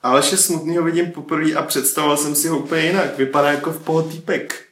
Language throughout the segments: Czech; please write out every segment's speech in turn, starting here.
Aleše Smutnýho vidím poprvé a představoval jsem si ho úplně jinak. Vypadá jako v poho týpek.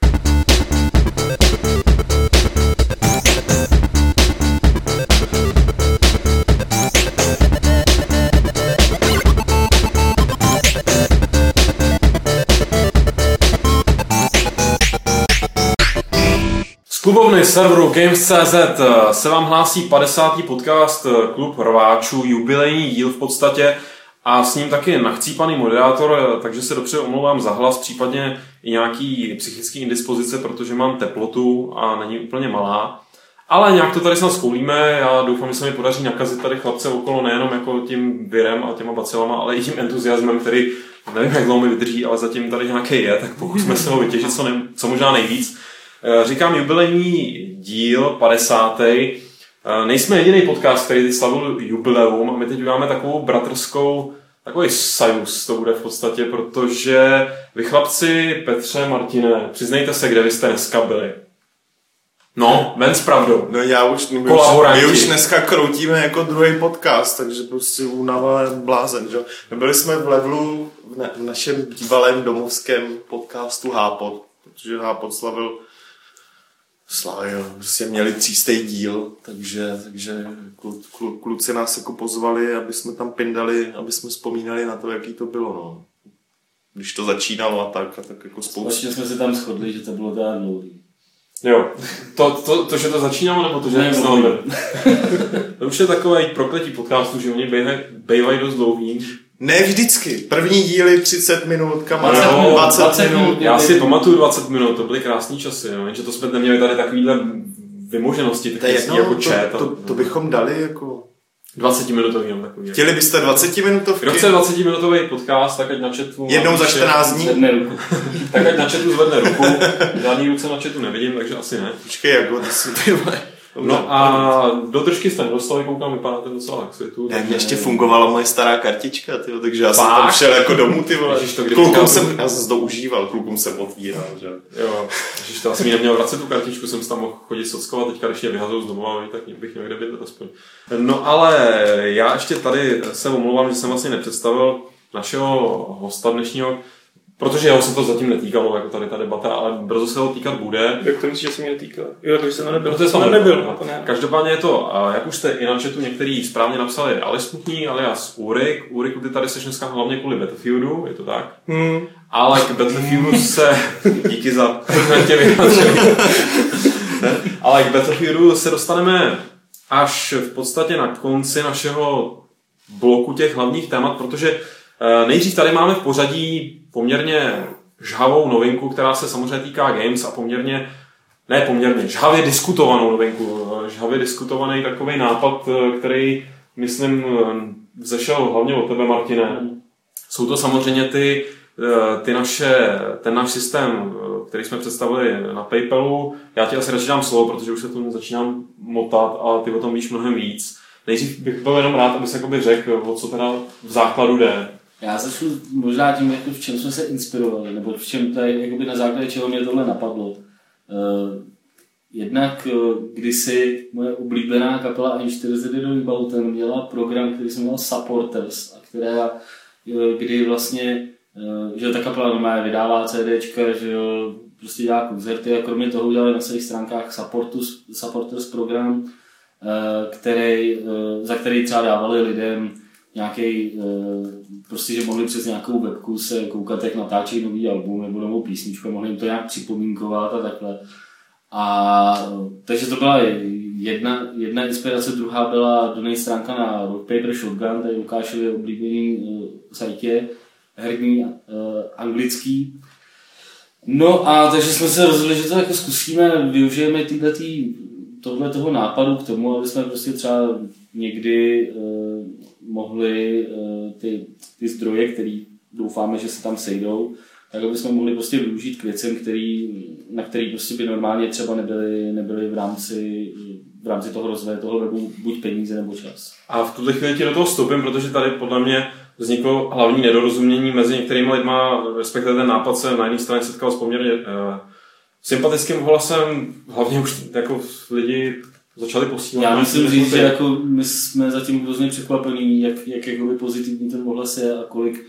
Z klubovny serveru Games.cz se vám hlásí 50. podcast Klub rváčů, jubilejní díl v podstatě a s ním taky nachcípaný moderátor, takže se dopředu omlouvám za hlas, případně i nějaký psychický indispozice, protože mám teplotu a není úplně malá. Ale nějak to tady snad zkoulíme, já doufám, že se mi podaří nakazit tady chlapce okolo nejenom jako tím virem a těma bacilama, ale i tím entuziasmem, který nevím, jak dlouho mi vydrží, ale zatím tady nějaký je, tak pokusme se ho vytěžit co možná nejvíc. Říkám jubilejní díl 50. Nejsme jediný podcast, který teď slavil jubileum a my teď uděláme takovou bratrskou, takový sajus to bude v podstatě, protože vy chlapci, Petře, Martine, přiznejte se, kde vy jste dneska byli. No, ven s pravdou. No my už dneska kroutíme jako druhý podcast, takže prostě únava je blázen, že? Byli jsme v Levelu v našem bývalém domovském podcastu Hápot, protože Hápot slavil, prostě měli 300. díl, takže kluci nás jako pozvali, aby jsme tam pindali, aby jsme vzpomínali na to, jaký to bylo, no. Když to začínalo a tak jako spoustu. Vlastně jsme se tam shodli, že to bylo tak dlouhý. Jo, to, že to začínalo, nebo to, že ne, to už je takový prokletí podcastu, že oni bývají dost dlouhý. Ne vždycky. První díly 30 minut, 20 minut. Já si pamatuju 20 minut, to byly krásný časy, no, jenže to jsme neměli tady takovýhle vymoženosti, takový jako chat. To bychom dali jako 20-minutový jenom takový. Chtěli byste 20-minutovky? Kdo chce 20-minutový podcast, tak ať na chatu... Jednou za 14 dní? Zvedne ruku. Tak ať na chatu zvedne ruku. Žádný ruce na chatu nevidím, takže asi ne. Počkej, jako to jsou tyhle... No a do držky jste nedostali, koukám, vypadáte docela jak světu. Ne, mě ještě fungovala moje stará kartička, tyjo, takže já jsem tam šel jako domů, ty vole. Já jsem to užíval, klukům jsem otvíral, že? Jo, ježiš, to asi mi neměl vracet tu kartičku, jsem tam mohl chodit sockovat, teďka když mě vyhazou z domova, tak bych někde bydlet aspoň. No ale já ještě tady se omlouvám, že jsem vlastně nepředstavil našeho hosta dnešního, protože jeho se to zatím netýkalo, jako tady ta debata, ale brzo se ho týkat bude. Jak to myslíš, že se mě netýkalo? Jo, takže jsem nebyl. Protože jsem nebyl. Každopádně je to, jak už jste i na chatu některý správně napsali, Ale Smutný alias Úrik. Úriku, ty tady seš dneska hlavně kvůli Battlefieldu, je to tak? Ale k Battlefieldu se, díky za tě vyjádření. Ale k Battlefieldu se dostaneme až v podstatě na konci našeho bloku těch hlavních témat, protože nejdřív tady máme v pořadí poměrně žhavou novinku, která se samozřejmě týká games a žhavě diskutovanou novinku. Žhavě diskutovaný takový nápad, který, myslím, vzešel hlavně od tebe, Martine. Jsou to samozřejmě ten náš systém, který jsme představili na PayPalu. Já ti asi radši dám slovo, protože už se tomu začínám motat a ty o tom víš mnohem víc. Nejdřív bych byl jenom rád, abys řekl, o co teda v základu jde. Já začnu možná tím, jako v čem jsme se inspirovali, nebo v čem tady, jakoby na základě čeho mě tohle napadlo. Jednak kdysi moje oblíbená kapela Einstürzende Bauten měla program, který se jmenoval Supporters, a kdy vlastně, že ta kapela normálně vydává CDčka, že jo, prostě dělá koncerty a kromě toho udělali na svých stránkách Supporters program, za který třeba dávali lidem nějaký, prostě, že mohli přes nějakou webku se koukat, jak natáčí nový album nebo novou písničku a mohli jim to nějak připomínkovat a takhle. Takže to byla jedna inspirace, druhá byla donate stránka na Rock Paper Shotgun, tady Lukášově oblíbený sajtě, herní anglický. No a takže jsme se rozhodli, že to jako zkusíme, využijeme toho nápadu k tomu, aby jsme prostě třeba někdy mohli ty zdroje, které doufáme, že se tam sejdou, tak aby jsme mohli prostě využít k věcem, na který prostě by normálně třeba nebyly v rámci toho rozvoje toho webu buď peníze nebo čas. A v tuhle chvíli ti do toho vstoupím, protože tady podle mě vzniklo hlavní nedorozumění mezi některými lidma, respektive ten nápad se na jedné straně setkal s poměrně sympatickým hlasem, hlavně už jako lidi začali posílat. Já myslím říct, že jako my jsme zatím hrozně překvapení, jak jakoby pozitivní ten ohlas je a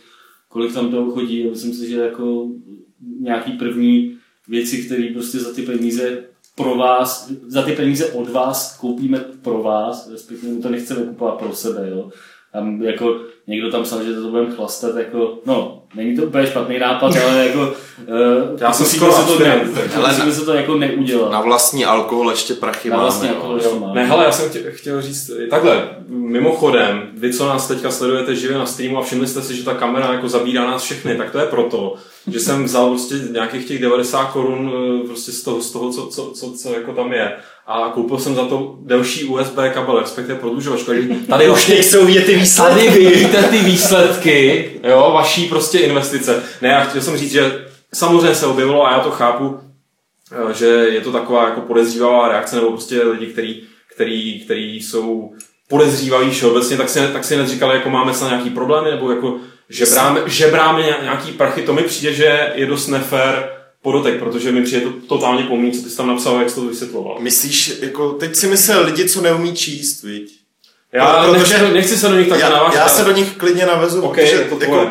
kolik tam toho chodí a myslím si, že jako nějaký první věci, které prostě za ty peníze pro vás, za ty peníze od vás koupíme pro vás, respektive to nechceme kupovat pro sebe, jo. Tam jako někdo tam psal, že to budeme chlastat, jako, no, není to úplně špatný nápad, ale jako já jsem skoro musíme se to jako neudělat. Na vlastní alkohol ještě prachy na máme. vlastní alkohol ještě máme. Ne, hele, já jsem chtěl říct takhle, mimochodem, vy, co nás teďka sledujete živě na streamu a všimli jste si, že ta kamera jako zabírá nás všechny, tak to je proto, že jsem vzal prostě nějakých těch 90 korun prostě z toho co jako tam je. A koupil jsem za to delší USB kabel, respektive prodlužovačku. Tady už nejsou vidět ty výsledky. Tady vidíte ty výsledky, jo, vaší prostě investice. Ne, já chtěl jsem říct, že samozřejmě se objevilo a já to chápu, že je to taková jako podezřívavá reakce, nebo prostě lidi, kteří jsou podezřívaví všeobecně, tak si hned říkali, jako máme se nějaký problémy, nebo jako žebráme nějaký prachy. To mi přijde, že je dost nefér podotek, protože mi přijde to totálně pomíň, co ty jsi tam napsal, jak jsi to vysvětloval. Myslíš, jako teď si myslel lidi, co neumí číst, viď? Já nechci se do nich tak navážet. Já se do nich klidně navezu, okay, protože to jako,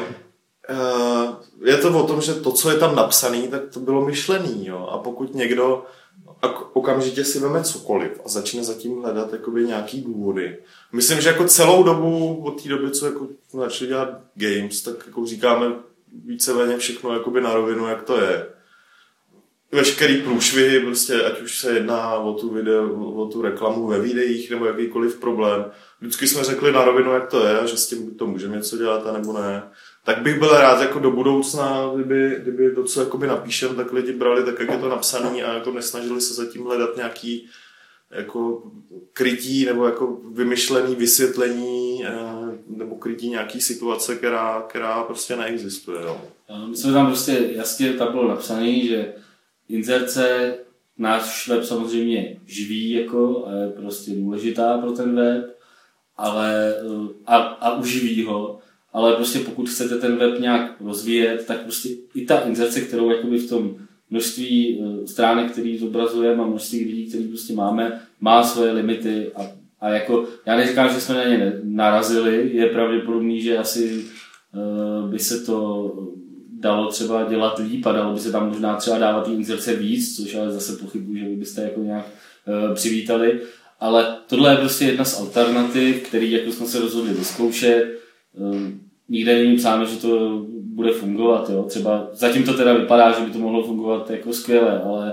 je to o tom, že to, co je tam napsaný, tak to bylo myšlený, jo? A pokud někdo okamžitě si veme cokoliv a začne zatím hledat jakoby nějaký důvody. Myslím, že jako celou dobu, od té doby, co jako začali dělat games, tak jako říkáme víceméně všechno jakoby na rovinu, jak to je. Veškerý průšvihy, prostě, ať už se jedná o tu reklamu ve videích nebo jakýkoliv problém. Vždycky jsme řekli na rovinu, jak to je, že s tím to můžeme něco dělat a nebo ne. Tak bych byl rád jako do budoucna, kdyby to, co jakoby napíšem, tak lidi brali tak, jak je to napsaný a jako nesnažili se zatím hledat nějaký jako krytí nebo jako vymyšlený vysvětlení nebo krytí nějaký situace, která prostě neexistuje. Jo. My jsme tam prostě jasně tam bylo napsaný, že inzerce náš web samozřejmě živí jako a je prostě důležitá pro ten web, ale a uživí ho, ale prostě pokud chcete ten web nějak rozvíjet, tak prostě i ta inzerce, kterou jakoby v tom množství stránek, který zobrazujeme a množství lidí, který prostě máme, má svoje limity a jako já neříkám, že jsme na ně narazili, je pravděpodobný, že asi by se to dalo třeba dělat líp a dalo by se tam možná třeba dávat ty inzerce víc, což ale zase pochybuji, že byste jako nějak přivítali. Ale tohle je prostě jedna z alternativ, který jako jsme se rozhodli vyzkoušet. Nikde není psáno, že to bude fungovat. Jo? Třeba zatím to teda vypadá, že by to mohlo fungovat jako skvěle, ale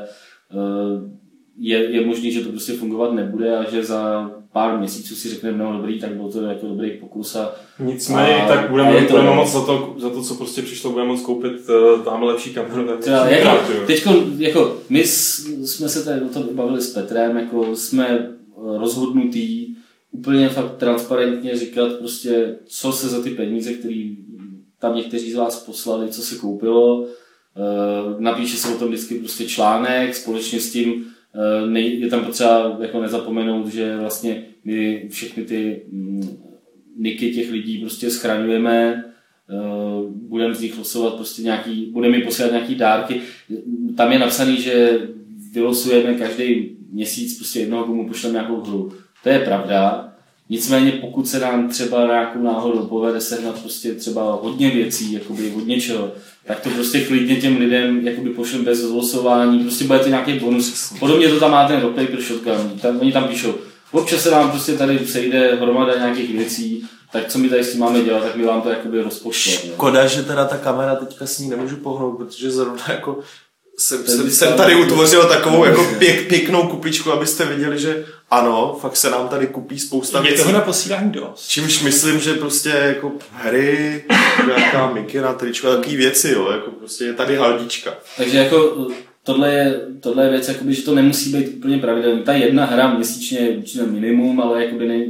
je možný, že to prostě fungovat nebude a že za pár měsíců si řekneme, no dobrý, tak byl to jako dobrý pokus. Nicméně tak budeme moc za to, co prostě přišlo, budeme moc koupit tamhle lepší kameru. Teďko, jako, my jsme se tady o tom bavili s Petrem, jako jsme rozhodnutí úplně fakt transparentně říkat prostě, co se za ty peníze, které tam někteří z vás poslali, co se koupilo. Napíše se o tom vždycky prostě článek, společně s tím je tam potřeba jako nezapomenout, že vlastně my všechny ty niky těch lidí prostě schraňujeme, budeme z nich losovat prostě budeme jim posílat nějaký dárky. Tam je napsaný, že vylosujeme každý měsíc prostě jednoho, komu pošleme nějakou hru. To je pravda. Nicméně pokud se nám třeba nějakou náhodou povede sehnat prostě třeba hodně věcí, jakoby od něčeho, tak to prostě klidně těm lidem jakoby pošlem bez losování, prostě bude to nějaký bonus. Podobně to tam má ten Rock Paper Shotgun, oni tam píšou, občas se nám prostě tady sejde hromada nějakých věcí, tak co my tady s tím máme dělat, tak my vám to jakoby rozpošleme. Škoda, že teda ta kamera teďka s ní nemůžu pohnout, protože zrovna jako jsem tady utvořil takovou jako pěknou kupičku, abyste viděli, že ano, fakt se nám tady kupí spousta věcí. Je toho na posílání dost. Čímž myslím, že prostě jako hry, nějaká mikina, trička, takový věci, jo, jako prostě je tady haldička. Takže jako tohle je věc, jakoby, že to nemusí být úplně pravidelný. Ta jedna hra měsíčně je určitě minimum, ale jakoby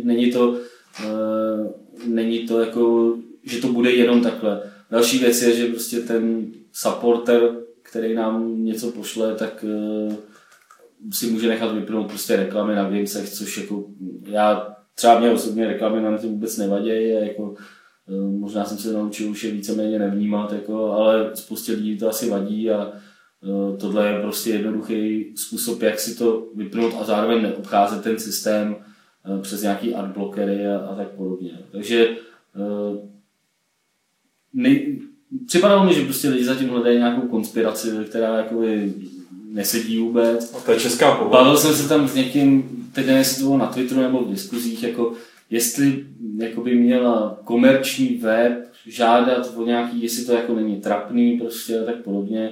není to jako, že to bude jenom takhle. Další věc je, že prostě ten supporter, který nám něco pošle, tak si může nechat vypnout prostě reklamy na Gamesech, což jako já třeba mě osobně reklamy na to vůbec nevadí a jako možná jsem se naučil už je víceméně nevnímat, jako, ale spoustě lidí to asi vadí a tohle je prostě jednoduchý způsob, jak si to vypnout a zároveň neobcházet ten systém přes nějaký adblockery a tak podobně. Takže připadalo mi, že prostě lidi zatím hledají nějakou konspiraci, která jakoby nesedí vůbec. A to je česká povaha. Bavil jsem se tam s někým, teď nevím, jestli to bylo na Twitteru nebo v diskuzích, jako jestli jakoby měla komerční web žádat o nějaký, jestli to jako není trapný prostě a tak podobně.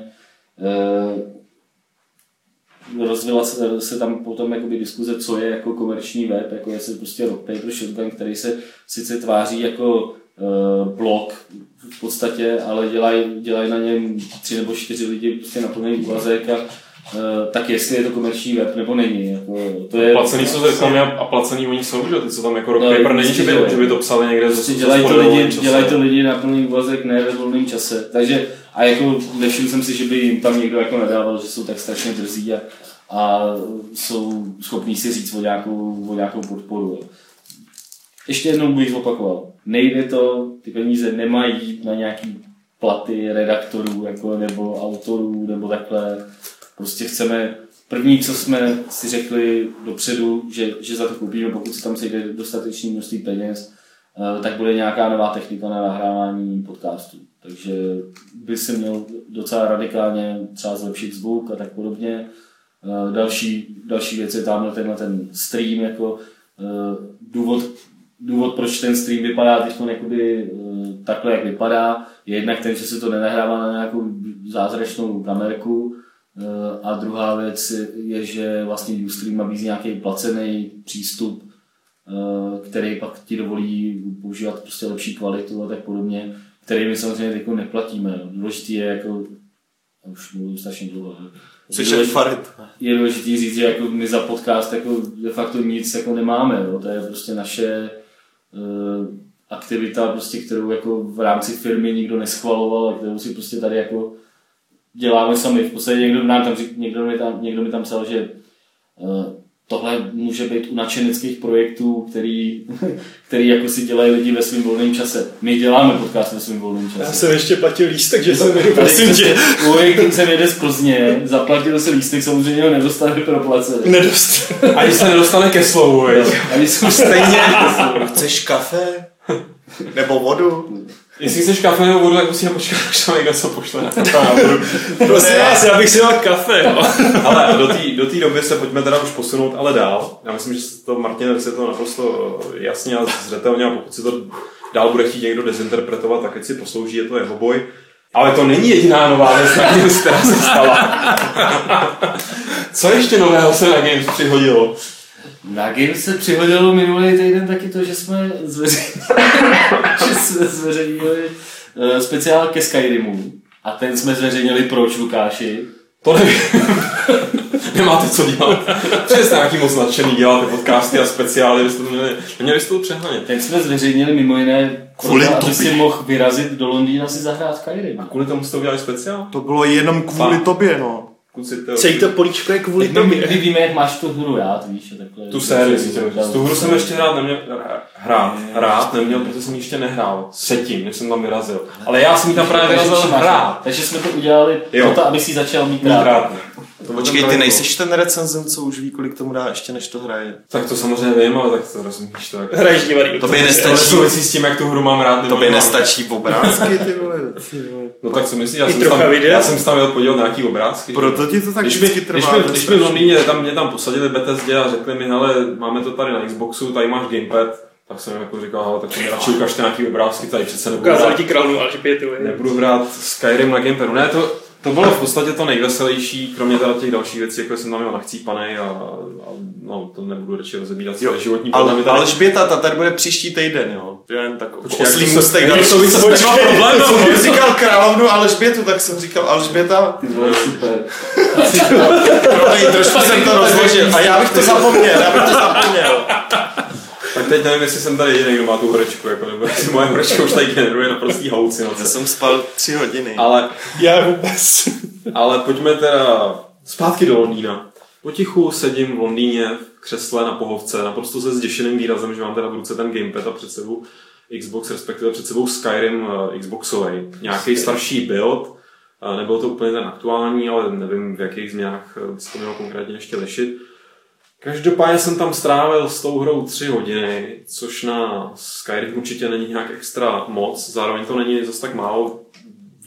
Rozvila se tam potom jakoby diskuze, co je jako komerční web, jako jestli prostě Rock Paper Shotgun, který se sice tváří jako blog v podstatě, ale dělají na něm 3 nebo 4 lidi prostě na plný úvazek a tak jestli je to komerční web nebo není. Jako, to je placený jsou reklamy a placený oni jsou, že ty co tam jako Rock Paper není, že by to psali někde prostě z dělají to lidi na plný úvazek, ne ve volném čase. Takže a jako nevšiml jsem si, že by jim tam někdo jako nadával, že jsou tak strašně drzí a jsou schopní si říct o nějakou podporu. Ještě jednou bych opakoval. Nejde to, ty peníze nemají jít na nějaký platy redaktorů jako, nebo autorů nebo takhle. Prostě chceme, první, co jsme si řekli dopředu, že za to koupíme, pokud se tam sejde dostatečné množství peněz, tak bude nějaká nová technika na nahrávání podcastů. Takže by se měl docela radikálně třeba zlepšit zvuk a tak podobně. Další věc je tamhle ten stream, jako důvod, proč ten stream vypadá teď takhle, jak vypadá, je jednak ten, že se to nenahrává na nějakou zázračnou kamerku, a druhá věc je, že vlastně Ustream nabízí nějaký placený přístup, který pak ti dovolí používat prostě lepší kvalitu a tak podobně, který my samozřejmě teď neplatíme. Důležitý je jako, už mluvím strašně dlouho, je důležitý říct, že jako my za podcast jako de facto nic jako nemáme, jo. To je prostě naše aktivita, prostě, kterou jako v rámci firmy nikdo neschvaloval a kterou si prostě tady jako děláme sami. V podstatě někdo mi tam psal, že tohle může být u nadšeneckých projektů, který jako si dělají lidi ve svém volném čase. My děláme podcast ve svém volném čase. Já jsem ještě platil lístek, že jsem jdu, prosím tě. Projekt jsem jede z Plzně, zaplatil se lístek, samozřejmě ho nedostane proplacený. Ani se nedostane ke slovu, ani jsou stejně ke slovu. Chceš kafe? Nebo vodu? Jestli chceš kafe nebo vodu, tak musíme počkat, až tam někdo co pošle. Prosím vás, já bych si dal kafe. No. Ale do té doby se pojďme teda už posunout, ale dál. Já myslím, že to Martin vysvětlil naprosto jasně a zřetelně, a pokud si to dál bude chtít někdo dezinterpretovat, tak ať si poslouží, je to jeho boj. Ale to není jediná nová věc, na Games, která se stala. Co ještě nového se na Games přihodilo? Na Games se přihodilo minulý týden taky to, že jsme zveřejnili speciál ke Skyrimu. A ten jsme zveřejnili proč, Lukáši? To nevím. Nemáte co dělat. Přesně nějaký moc nadšený, děláte podcasty a speciály, neměli jste to přehánět. Ten jsme zveřejnili mimo jiné, aby si mohl vyrazit do Londýna si zahrát Skyrim. A kvůli tomu jste udělali speciál? To bylo jenom kvůli tobě, no. Celý to políčko je kvůli tobě. My víme, jak máš tu hru rád, víš. Takhle, tu sérii si tu hru jsem ještě neměl, protože jsem ji ještě nehrál. Předtím, než jsem tam vyrazil. Ale já jsem ji tam právě vyrazil hrát. Takže jsme to udělali proto, aby si začal mít rád. Počkej, ty nejseš ten recenzent, co už ví, kolik tomu dá ještě, než to hraje. Tak to samozřejmě vím, ale tak to rozumíš to. Hraješ divadelní. To by nestačí. Souvisí s tím, jak tu hru mám rád. To by nestačí obrázky, ty vole. No tak co myslíš? Já jsem tam jel podívat na nějaký obrázky. Proto ti to tak vždycky trvá. Když mi v Londýně mě tam posadili Bethesdě a řekli mi, hele, máme to tady na Xboxu, tady máš gamepad. Tak jsem jako říkal, hele, tak mi radši ukažte nějaký obrázky, tady přece nebudu hrát Skyrim na gamepadu. Ne, to bylo v podstatě to nejveselější, kromě teda těch dalších věcí, jako jsem tam měl nachcípanej a no, to nebudu radši rozebírat své životní problémy. Ale Alžběta, ta tady bude příští týden, jo. Jen tak oslý můstek. Jsem říkal královnu Alžbětu, tak jsem říkal Alžběta. Ty vole, super. Trošku jsem to rozložil a já bych to zapomněl. Tak teď nevím, jestli jsem tady jediný, kdo má tu horečku, jako, nebo jestli moje horečka už tady generuje naprostý halucinace. Já jsem spal 3 hodiny. Já vůbec. Ale pojďme teda zpátky do Londýna. Potichu sedím v Londýně v křesle na pohovce, naprosto se zděšeným výrazem, že mám teda v ruce ten gamepad a před sebou Xbox, respektive před sebou Skyrim Xboxovej. Nějaký starší build, nebyl to úplně ten aktuální, ale nevím, v jakých změnách se to mělo konkrétně ještě lišit. Každopádně jsem tam strávil s tou hrou 3 hodiny, což na Skyrim určitě není nějak extra moc, zároveň to není zase tak málo.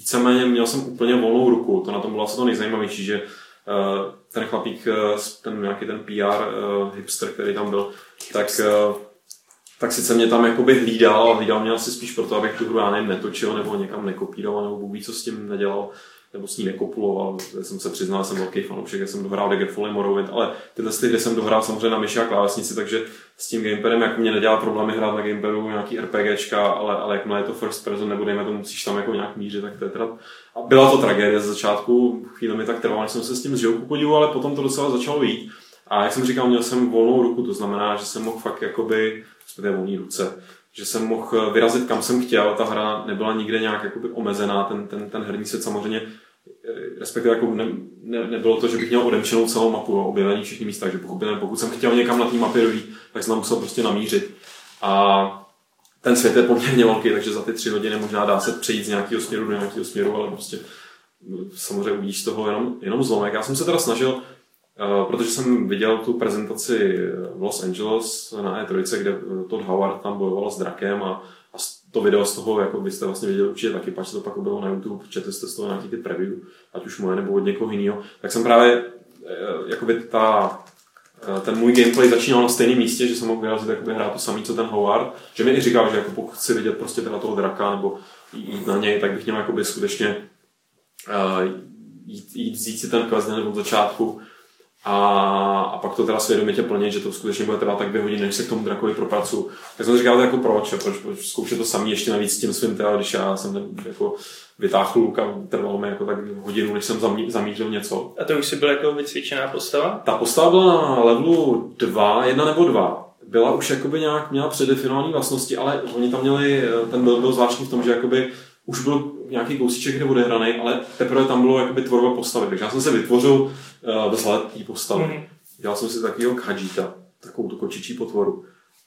víceméně měl jsem úplně volnou ruku, to na tom bylo asi to nejzajímavější, že ten chlapík, ten nějaký ten PR hipster, který tam byl, tak sice mě tam jakoby hlídal mě asi spíš proto, abych tu hru já nevím, netočil nebo někam nekopíroval, nebo Bůh ví, co s tím nedělal, nebo s ní nekopuloval. Já jsem se přiznal, jsem velký fanoušek, já jsem dohrál Daggerfall, Morrowind, ale tyhle hry jsem dohrál samozřejmě na myši a klávesnici, takže s tím gamepadem jako mě nedělá problémy hrát na gamepadu nějaký RPGčka, ale jakmile je to first person, nebo dejme to, musíš tam jako nějak mířit, tak to je teda... A byla to tragédie ze začátku, chvíli mi tak trvalo, než jsem se s tím zžil ku podivu, ale potom to docela začalo jít. A jak jsem říkal, měl jsem volnou ruku, to znamená, že jsem mohl fakt jakoby, respektive volný ruce, že jsem mohl vyrazit kam jsem chtěl, ta hra nebyla nikde nějak jakoby omezená, ten herní svět samozřejmě, respektive jako nebylo to, že bych měl odemčenou celou mapu, objevení všichni místa, takže pokud jsem chtěl někam na té mapě dojít, tak jsem tam musel prostě namířit. A ten svět je poměrně velký, takže za ty 3 hodiny možná dá se přejít z nějakého směru do nějakého směru, ale prostě samozřejmě uvidíš z toho jenom zlomek. Já jsem se teda snažil, protože jsem viděl tu prezentaci v Los Angeles na E3, kde Todd Howard tam bojoval s drakem a to video z toho, jako byste vlastně viděli určitě taky, pač to pak bylo na YouTube, četli jste z toho nějaký ty preview, ať už moje nebo od někoho jiného, tak jsem právě jakoby ten můj gameplay začínal na stejném místě, že jsem mohl vyrazit jakoby hrát to samý, co ten Howard, že mi i říkal, že jako pokud chci vidět prostě teda toho draka nebo jít na něj, tak bych měl jakoby skutečně jít si ten quest nebo od začátku a pak to teda svědomitě plnit, že to skutečně bude trvat tak 2 hodiny, než se k tomu drakovi propracuju. Tak jsem si říkal, jako proč zkoušet to samý ještě navíc s tím svým teda, když já jsem jako vytáhl luk a trvalo mi jako tak hodinu, než jsem zamířil něco. A to už si byla jako vycvičená postava? Ta postava byla na levelu 1 nebo 2. Byla už jakoby nějak, měla předefinované vlastnosti, ale oni tam měli, ten byl zvláštní v tom, že jakoby už byl nějaký kousíček kde odehraný, ale teprve tam bylo jakoby tvorba postavy. Takže já jsem se vytvořil vzhled té postavy. Dělal jsem si takovýho Khajiita, takovou tu kočičí potvoru.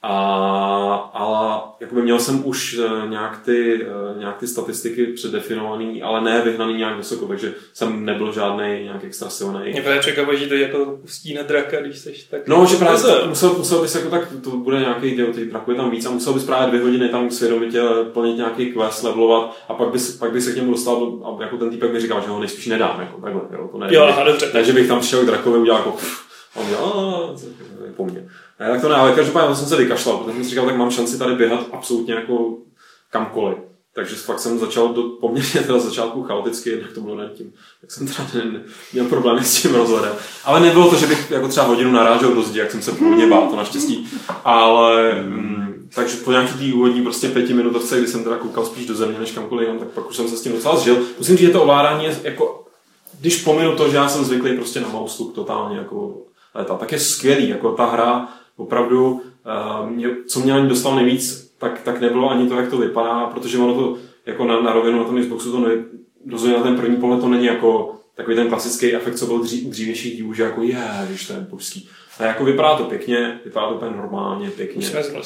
Ale jakoby měl jsem už nějak ty statistiky předdefinovaný, ale ne vyhnaný nějak vysoko, takže jsem nebyl žádnej nějak extra silnej. Mě právě čekalo, že to jako pustí na draka, když seš tak... No, že právě musel bys jako tak, to bude nějaký těch draků je tam víc a musel bys právě 2 hodiny tam svědomitě plnit nějaký quest, levelovat a pak bys se k němu dostal a jako ten týpek mi říkal, že ho nejspíš nedám, jako takhle, jo, to ne. Takže bych tam přišel k drakovi udělal jako a on dělal, po mně. Tak to ne, ale každopádně jsem se vykašlal, protože jsem si říkal, tak mám šanci tady běhat absolutně jako kamkoliv. Takže fakt jsem začal poměrně teda začátku chaoticky, jednak to bylo nad tím, tak jsem teda měl problémy s tím rozhledem. Ale nebylo to, že bych jako třeba hodinu narážel do zdi, jak jsem se původně bál, to naštěstí. Ale takže po nějaký tý úvodní prostě 5 minutovce, kdy jsem teda koukal spíš do země než kamkoliv jinam, tak pak už jsem se s tím docela zžil. Musím říct, že to ovládání je jako, když pominu to, že já jsem zvyklý prostě na mouse totálně jako letat, tak je skvělý, jako ta hra opravdu, co mě ani dostal nejvíc, tak nebylo ani to, jak to vypadá, protože ono to jako na rovinu na tom Xboxu to rozhodně na ten první pohled to není jako takový ten klasický efekt, co byl dřívějších dílů, že jako ježiš, to je božský. A jako vypadá to pěkně, vypadá to úplně normálně, pěkně.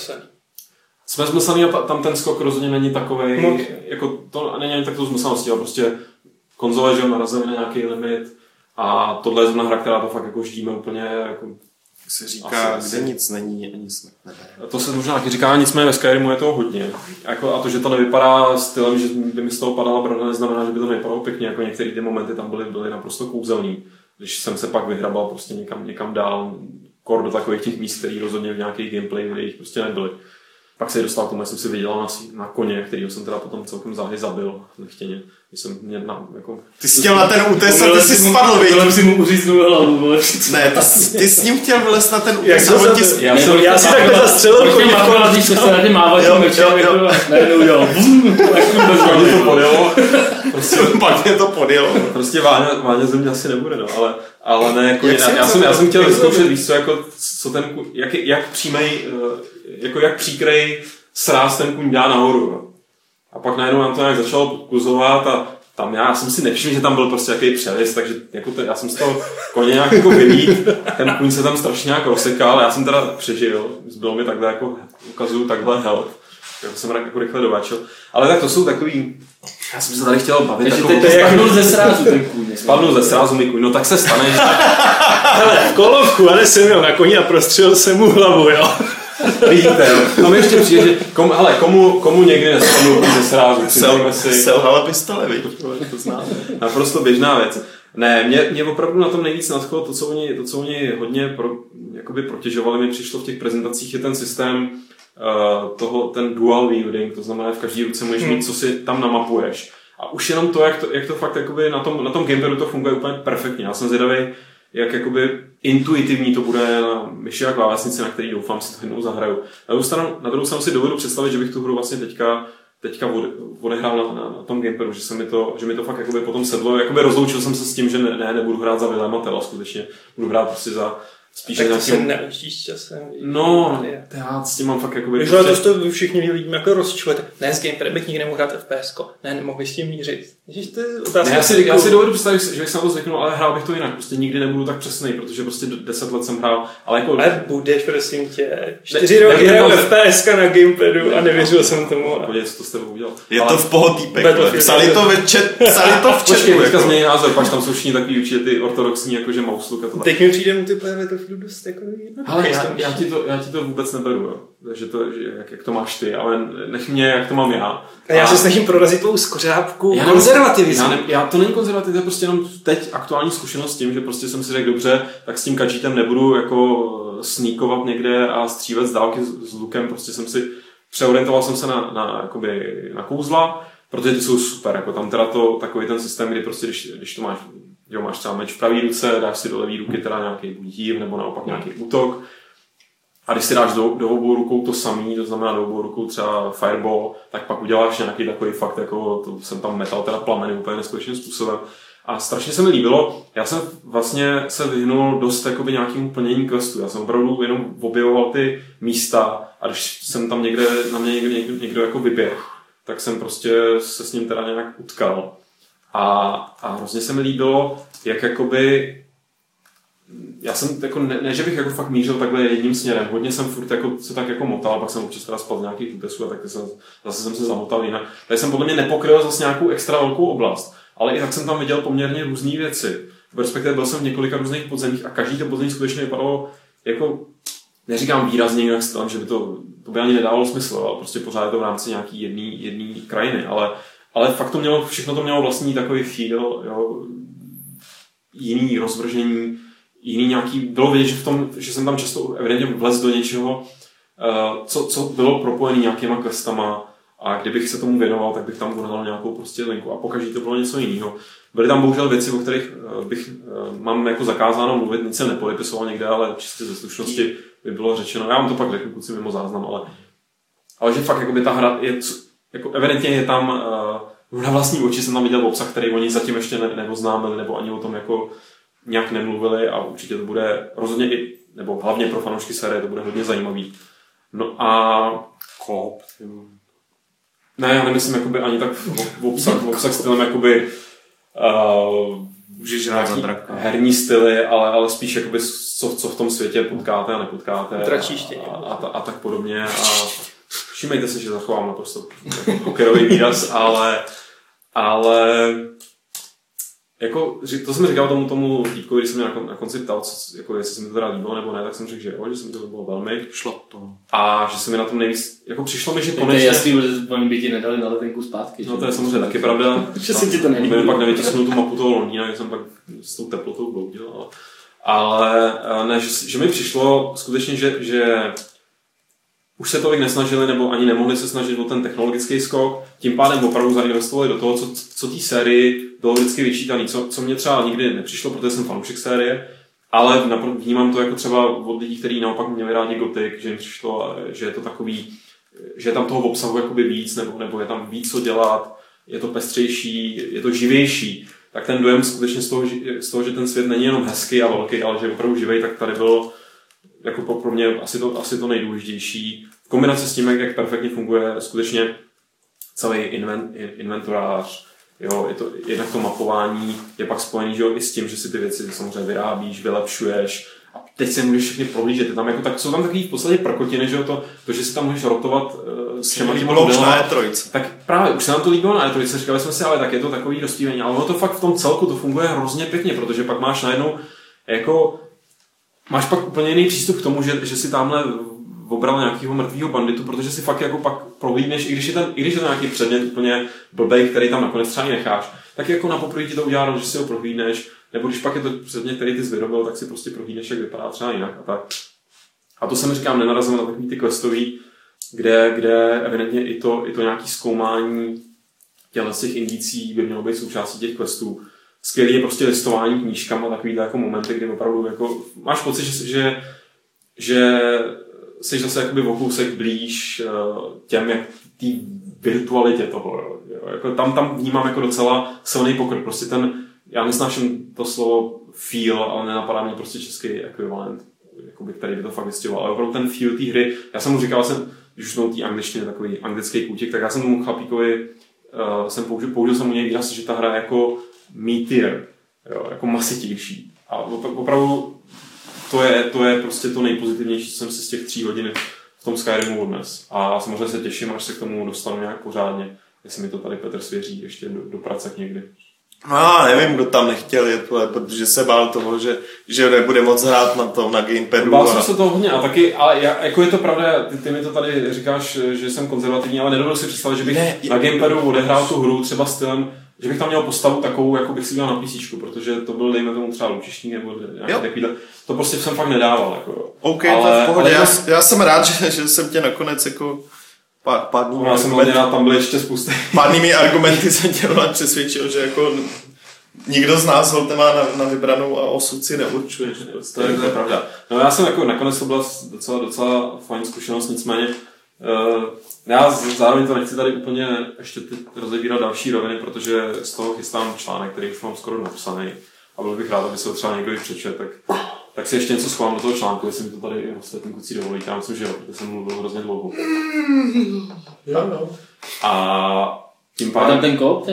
Jsme zmlsaný a tam ten skok rozhodně není takovej, jako to není ani takovou zmlsanosti, ale prostě konzole, že narazili na nějaký limit a tohle je zrovna hra, která to fakt jako ždíme úplně jako jak se říká, kde nic není a nic nebere. To se možná taky říká, nicméně ve Skyrimu je toho hodně. Jako, a to, že to nevypadá stylem, že by mi z toho padala brada, neznamená, že by to nevypadalo pěkně. Jako některé ty momenty tam byly naprosto kouzelný. Když jsem se pak vyhrabal prostě někam dál, kor do takových těch míst, které rozhodně v nějakých gameplay videích prostě nebyly. Pak se dostal k tomu, jsem si vydělal na koně, kterýho jsem teda potom celkem záhy zabil nechtěně. Jako... Ty jsi chtěl na ten útes a ty jsi spadl, víš? Byl si mu uříznu hlavu. Ne, ty s ním chtěl vylezt na ten útes a on ti... Já si takhle zastřelil koně. Když se na ty mávačím mečem, najednou udělal. Pak mě to podjelo. Prostě Váňa země asi nebude, no, ale ne, jako já jsem chtěl vyzkoušet, víš co, jako, co ten, jak přímej, jako jak příkrej sráz ten kuň dá nahoru, no. A pak najednou nám to nějak začalo kuzovat a tam já jsem si nevšiml, že tam byl prostě jaký převis, takže jako já jsem z toho koně nějak jako vylít, ten kuň se tam strašně nějak rozsekal, já jsem teda přežil, zbylo mi takhle jako ukazuju takhle health, jako jsem jako rychle dovačil, ale tak to jsou takový, já jsem se tady chtěl bavit. Takže teď spadnul ze srázu ten kůň. Spadnul ze srázu mi kůň, no tak se stane, že... Hele, v kolovku, ale jsem měl na koni a prostřelil jsem mu hlavu, jo. Vidíte, jo. Tam ještě přijde, že komu někdy nespadnou ze srázu. Selhala pistole, vidíš, to známe. Naprosto běžná věc. Ne, mě opravdu na tom nejvíc nadchlo to, co oni hodně jakoby protěžovali, mi přišlo v těch prezentacích, je ten systém ten dual viewing, to znamená, v každý ruce můžeš mít, co si tam namapuješ. A už jenom to, jak to fakt jakoby na tom gamepadu to funguje úplně perfektně. Já jsem zvědavý, jak jakoby intuitivní to bude na myši a klávesnici, na který doufám si to jednou zahraju. Na druhou stranu si dovedu představit, že bych tu hru vlastně teďka odehrál na tom gamepadu, že mi to fakt jakoby potom sedlo. Jakoby rozloučil jsem se s tím, že nebudu hrát za Wilema Tella, skutečně budu hrát prostě za spíš tak to se naučíš časem. No, já s tím mám fakt jakoby... Když prostě... to všichni lidmi jako rozčilujete. Ne, s gamepadem bych nikdy nemohl hrát FPS-ko. Ne, nemohl bych s tím mířit. Ježiš, to je otázka. Já si dovedu představit, že bych se na to zvyknul, ale hrál bych to jinak. Prostě nikdy nebudu tak přesnej, protože prostě 10 let jsem hrál. Ale budeš, prosím tě. 4 roky hrál FPS-ka na gamepadu a nevěřil jsem tomu. Co to s tebou udělal? Je to v pohotýpek. Psali to v chatu. Počkej, teďka změní názor, pač tam jsou všichni takový určitě ty ortodoxní, jakože mouse look a to. Teď mi přijde multiplayer Battlefieldu dost jako ale já ti to vůbec neberu, jo. Takže to, jak to máš ty, ale nech mě, jak to mám já. A já se snažím prorazit tvou skořápku konzervativismu. Já to není konzervativ, to je prostě jenom teď aktuální zkušenost s tím, že prostě jsem si řekl dobře, tak s tím kačítem nebudu jako sníkovat někde a střílet z dálky s lukem, prostě jsem si přeorientoval jsem se na kouzla, protože ty jsou super, jako tam teda takový ten systém, kdy prostě když to máš třeba meč v pravý ruce, dáš si do levý ruky teda nějaký dív nebo naopak nějaký útok. A když si dáš do obou rukou to samý, to znamená do obou rukou třeba fireball, tak pak uděláš nějaký takový fakt, jako to jsem tam metal teda plameny úplně neskutečným způsobem. A strašně se mi líbilo, já jsem vlastně se vyhnul dost jakoby nějakému plnění questu. Já jsem opravdu jenom objevoval ty místa a když jsem tam na mě někdo jako vyběh, tak jsem prostě se s ním teda nějak utkal. A hrozně se mi líbilo, jak jakoby já jsem jako ne, že bych jako fakt mířil takhle jedním směrem. Hodně jsem furt jako, se tak jako motal, pak jsem občas teda spadl z nějakých útesů a tak zase jsem se zamotal jinak. Tady jsem podle mě nepokryl zase nějakou extra velkou oblast, ale i tak jsem tam viděl poměrně různé věci. Respektive byl jsem v několika různých podzemích a každý to podzemí skutečně vypadalo jako, neříkám výrazně jinak stylem, že by to by ani nedávalo smysl, ale prostě pořád je to v rámci nějaký jedný krajiny, ale fakt všechno to mělo vlastní takový feel, jo, jiný rozvržení, jiný nějaký, bylo vidět, že jsem tam často evidentně vlez do něčeho, co bylo propojené nějakýma questama a kdybych se tomu věnoval, tak bych tam uhnal nějakou prostě linku a pokaždé to bylo něco jiného. Byly tam bohužel věci, o kterých mám jako zakázáno mluvit, nic jsem nepodepisoval někde, ale čistě ze slušnosti by bylo řečeno, já vám to pak řeknu kluci mimo záznam, ale že fakt jakoby ta hra je, jako evidentně je tam, na vlastní oči jsem tam viděl obsah, který oni zatím ještě neoznámili, nebo ani o tom jako nějak nemluvili a určitě to bude rozhodně i, nebo hlavně pro fanoušky série to bude hodně zajímavý. No a kop. Ne, já nemyslím jakoby ani tak v obsah stylem jakoby herní styly, ale spíš jakoby co v tom světě potkáte a nepotkáte a tak podobně. A všimejte se, že zachovám naprosto pokerový výraz, ale jako, to jsem říkal tomu týpkovi, když jsem mě na konci ptal, jako, jestli se mi to teda líbilo nebo ne, tak jsem řekl, že jo, že se mi to líbilo velmi. Šlo to. A že se mi na tom nejvíc, jako přišlo mi, že konečně... To je jasný, že oni by ti nedali na letenku zpátky. No to je samozřejmě taky pravda. Že si ti to nelíbí. Pak nevytisknul tu mapu toho Londýna, jak jsem pak s tou teplotou bloudil. Ale ne, že mi přišlo skutečně, že už se tolik nesnažili, nebo ani nemohli se snažit o ten technologický skok, tím pádem opravdu zainvestovali do toho, co té sérii bylo vždycky vyčítaný, co mě třeba nikdy nepřišlo, protože jsem fanoušek série, ale vnímám to jako třeba od lidí, kteří naopak měli rádi Gothic, že jim přišlo, že je to takový, že je tam toho obsahu jakoby víc, nebo je tam víc co dělat, je to pestřejší, je to živější, tak ten dojem skutečně z toho, že ten svět není jenom hezký a velký, ale že je opravdu živej, tak tady bylo jako pro mě asi to nejdůležitější. V kombinaci s tím, jak perfektně funguje skutečně celý inventorář, jo, je to jednak to mapování, je pak spojený, že jo, i s tím, že si ty věci samozřejmě vyrábíš, vylepšuješ a teď se můžeš všechny prohlížet. Tam jako, jsou tam takový v podstatě prkotiny, že jo, to, že si tam můžeš rotovat s všema těma modelama. Tak právě, už se nám to líbilo na E3, říkali jsme si, ale tak je to takový rozptýlení, ale ono to fakt v tom celku to funguje hrozně pěkně, protože pak máš najednou jako máš pak úplně jiný přístup k tomu, že si tamhle obral nějakého mrtvého banditu, protože si fakt jako pak prohlídneš, i když je to nějaký předmět úplně blbej, který tam nakonec třeba necháš, tak jako na poprvé ti to udělá, že si ho prohlídneš, nebo když pak je to předmět, který ty jsi vyrobil, tak si prostě prohlídneš, jak vypadá třeba jinak a tak. A to jsem říkám, nenarazil na takový ty questový, kde evidentně i to nějaký zkoumání těch indicí by mělo být součástí těch questů. Skvělý je prostě listování knížkama, takovýhle jako momenty, kdy opravdu jako máš pocit, že jsi zase jakoby o kousek blíž těm, jak té virtualitě toho. Jo. Jako tam vnímám jako docela silný pokrok. Prostě já nesnáším to slovo feel, ale nenapadá mě prostě český ekvivalent, jakoby, který by to fakt vystihoval. Ale opravdu ten feel té hry, já jsem mu říkal, když už jsme u té angličtiny, takový anglický kůtěk, tak já jsem mu chlapíkovi použil jsem mu něj výraz, že ta hra je jako meatier, jo, jako masitější. A opravdu to je prostě to nejpozitivnější, co jsem si z těch 3 hodin v tom Skyrimu odnes. A samozřejmě se těším, až se k tomu dostanu nějak pořádně, jestli mi to tady Petr svěří ještě do pracek někdy. Nevím, kdo tam nechtěl jet, protože se bál toho, že nebude moc hrát na gamepadu. Bál jsem se toho hodně a taky, ale jako je to pravda, ty mi to tady říkáš, že jsem konzervativní, ale nedovedu si představit, že bych na gamepadu odehrál tu hru třeba stylem, že bych tam měl postavu takovou, jako bych si dělal na PCčku, protože to byl, dejme tomu třeba lučišník nebo nějaký takovýhle. To prostě jsem fakt nedával. Jako. OK, ale, to je v pohodě. Já jsem rád, že jsem tě nakonec jako tam byly ještě spousty. Pádnými argumenty jsem tě přesvědčil, že jako nikdo z nás ho nemá na vybranou a osud si neurčuje. To je pravda. No já jsem jako nakonec to byla docela fajn zkušenost, nicméně já zároveň to nechci tady úplně ještě rozebírat další roviny, protože z toho chystám článek, který už mám skoro napsaný a byl bych rád, aby se ho třeba někdo přečet, tak si ještě něco schovám do toho článku, jestli mi to tady ostatní kluci dovolíte. Já myslím, že jo, protože jsem mluvil hrozně dlouho. Jo. A tím pádem... ten kop?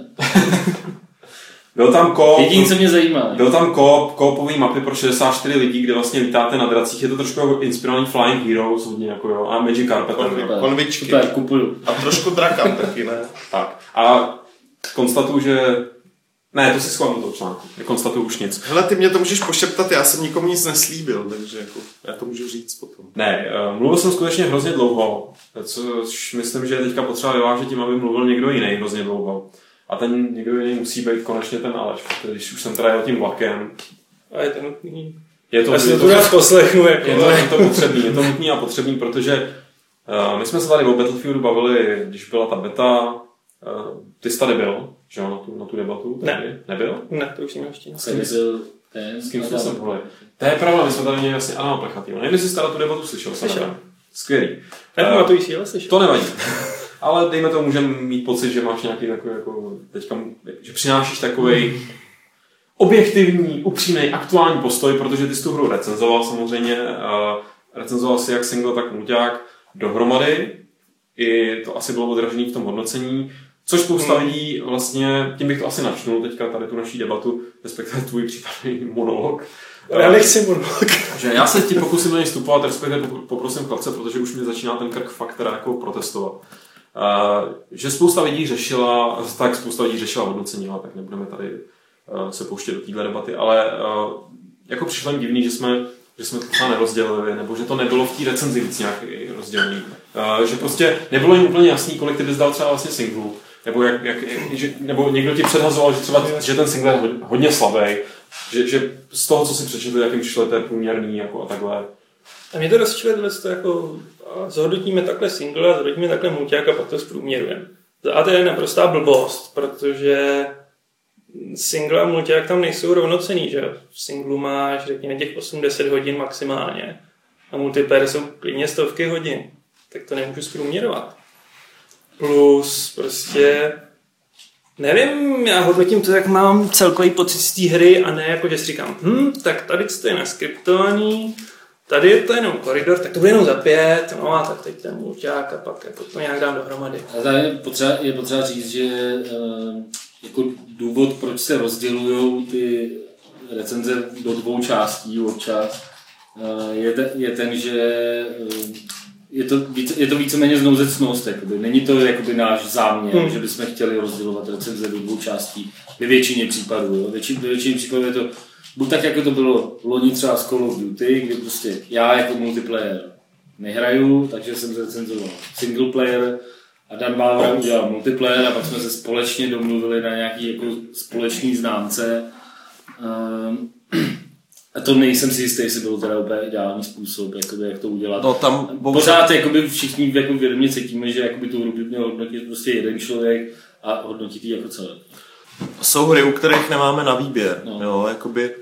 Byl tam koop. Jediný, co mě zajímá. Byl tam koopový mapy pro 64 lidí, kde vlastně lítáte na dracích. Je to trošku jako inspirovaný Flying Heroes hodně, jako jo, a Magic Carpet. Konvičky. Super, kupuju. A trošku Drakan taky, ne? Tak. A konstatuju, že... Ne, to si schovám do toho článku. Konstatuju už nic. Hele, ty mě to můžeš pošeptat, já jsem nikomu nic neslíbil, takže jako, já to můžu říct potom. Ne, mluvil jsem skutečně hrozně dlouho, což myslím, že je teďka potřeba vyvážet tím, aby mluvil někdo jiný hrozně dlouho. A ten někdo jiný musí být konečně ten Aleš, protože když už jsem teda jel tím vlakem. A je to nutný. Já si to rád poslechnu. Jako. Je to potřebný, je to nutný a potřebný, protože my jsme se tady o Battlefieldu bavili, když byla ta beta. Ty jsi tady byl, že jo, na tu debatu? Ne. Nebyl? Ne, to už jsem ještě. S kým jsme se mohli? To je pravda, my jsme tady měli vlastně Adama Plechatýho. Nevím, jestli jsi tady tu debatu slyšel. Skvělý. Nepamatuji si, ale slyšel. To nevadí. Ale dejme to, můžeme mít pocit, že máš nějaký takový, jako teďka, že přinášíš takovej objektivní, upřímný, aktuální postoj, protože ty jsi tu hru recenzoval samozřejmě. Recenzoval si jak single, tak mulťák dohromady. I to asi bylo odražené v tom hodnocení. Což spousta lidí vlastně, tím bych to asi načnul teďka tady tu naší debatu, respektive tvůj případný monolog. Já nechci monolog. Že já se ti pokusím do něj vstupovat, respektive poprosím chlapce, protože už mi začíná ten krk fakt teda jako protestovat. Že spousta lidí řešila hodnocení, ale tak nebudeme tady se pouštět do téhle debaty, ale jako přišlo jim divný, že jsme to třeba nerozdělili, nebo že to nebylo v té recenzi víc nějak rozdělený. Že prostě nebylo jim úplně jasný, kolik ty bys dal třeba vlastně singlů, nebo někdo ti předhazoval, že ten single je hodně slabý, že z toho, co si přečetl, jakým přišlo, to je průměrný jako a takhle. A mě to rozčiluje to jako zhodnotíme takhle single a zhodnotíme takhle mulťák a pak to zprůměrujeme. A to je naprostá blbost, protože single a mulťák tam nejsou rovnocenný, že v singlu máš, řekněme, těch 8-10 hodin maximálně a multiplayer jsou klidně stovky hodin, tak to nemůžu zprůměrovat. Plus prostě nevím, já hodnotím to, jak mám celkový pocit z té hry a ne jako, že si říkám, tak tady to je naskriptovaný, tady je to jenom koridor, tak to bude jenom za 5, no a tak teď ten mulťák a pak jako to nějak dám dohromady. A tady je potřeba říct, že jako důvod, proč se rozdělují ty recenze do 2 částí občas, je ten, že je to víceméně znouzecnost. Není to jakoby náš záměr, že bychom chtěli rozdělovat recenze do 2 částí ve většině případů. Jo. Ve většině případů je to buď tak, jako to bylo loni třeba z Call of Duty, kdy prostě já jako multiplayer nehraju, takže jsem recenzoval single player a Dan Bauer udělal multiplayer a pak jsme se společně domluvili na nějaký jako společný známce. A to nejsem si jistý, jestli byl teda úplně ideální způsob, jakoby, jak to udělat. No, tam pořád jakoby, všichni jako vědomě cítíme, že jakoby, tu hru by měl hodnotit prostě jeden člověk a hodnotit ji jako celé. Jsou hry, u kterých nemáme na výběr. No. Jo, jakoby,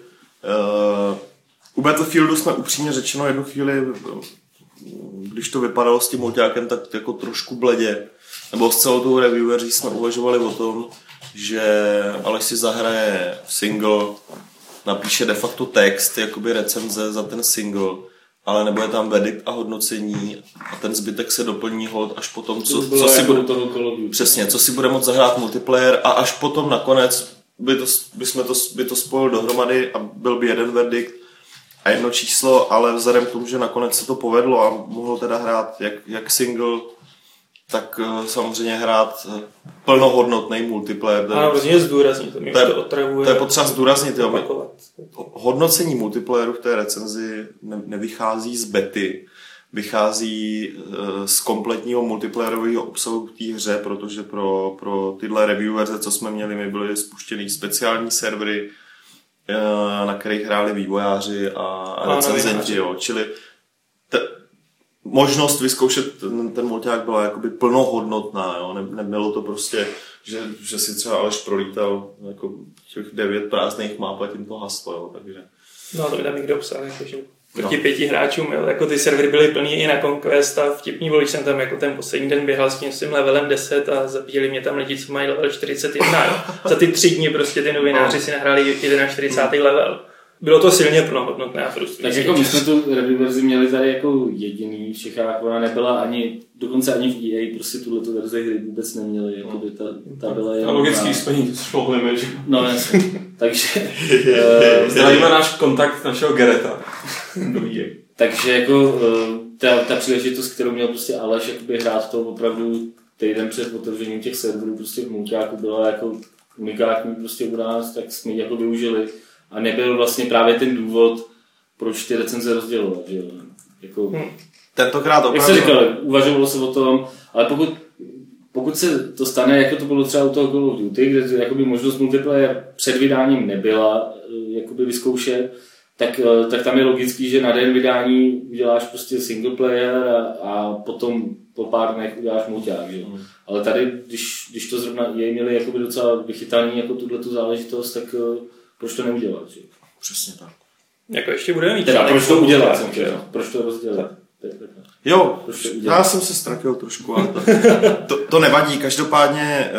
u Battlefieldu jsme upřímně řečeno jednu chvíli, když to vypadalo s tím multiákem, tak jako trošku bledě. Nebo s celou tou revieweří jsme uvažovali o tom, že Aleš si zahraje single, napíše de facto text, jakoby recenze za ten single, ale nebude tam verdikt a hodnocení a ten zbytek se doplní hold až potom, co si bude, přesně, co si bude moct zahrát multiplayer a až potom nakonec by to spojil dohromady a byl by jeden verdikt a jedno číslo, ale vzhledem k tomu, že nakonec se to povedlo a mohl teda hrát jak single, tak samozřejmě hrát plnohodnotný multiplayer. Ano, prostě zdůraznit, to mě to otravuje. To je potřeba zdůraznit. Hodnocení multiplayeru v té recenzi nevychází z bety, vychází z kompletního multiplayerového obsahu v té hře, protože pro tyhle review verze, co jsme měli, my byly spuštěný speciální servery, na kterých hráli vývojáři a recenzenti. Čili možnost vyzkoušet ten mulťák byla jakoby plnohodnotná, jo? Nebylo to prostě, že si třeba Aleš prolítal jako těch 9 prázdných map a tím to haslo, jo? Takže... No to by tam někdo psal, jakože proti 5 hráčům, jo? Jako ty servery byly plný i na Conquest a vtipný byl, když jsem tam jako ten poslední den běhal s tím levelem 10 a zabíjeli mě tam lidi, co mají level 41, jo? Za ty 3 dny prostě ty novináři si nahráli 41. level. Bylo to silně plnohodnotné a frustrující. Tak jako my jsme tu review verzi měli tady jako jediný v Čechách, ona nebyla dokonce ani v EA, prostě tuhletu verzi hry vůbec neměli, jako by ta byla jenom... A logicky jsme šlohlíme, že? No jasně, takže... Zdravíme náš kontakt našeho Gereta. Takže jako ta příležitost, kterou měl prostě Aleš jakoby hrát to opravdu týden před otevřením těch serverů prostě v mulťáku byla jako unikátní prostě u nás, tak jsme ji jako využili. A nebyl vlastně právě ten důvod, proč ty recenze rozdělovat, že jo. Jako, tentokrát opravdu... Jak se říkal, uvažovalo se o tom, ale pokud se to stane, jako to bylo třeba u toho Call of Duty, kde jakoby možnost multiplayer před vydáním nebyla jakoby vyzkoušet, tak tam je logický, že na den vydání uděláš prostě single player a potom po pár dnech uděláš mulťák, že jo. Ale tady, když to zrovna EA měli jakoby docela vychytaný jako tuhletu záležitost, tak proč to neudělat, že? Přesně tak. Jako ještě budeme mít... Teda, proč to udělat, jsem chtěl. Proč to rozdělat? Jo, já jsem se ztratil trošku, ale to nevadí. Každopádně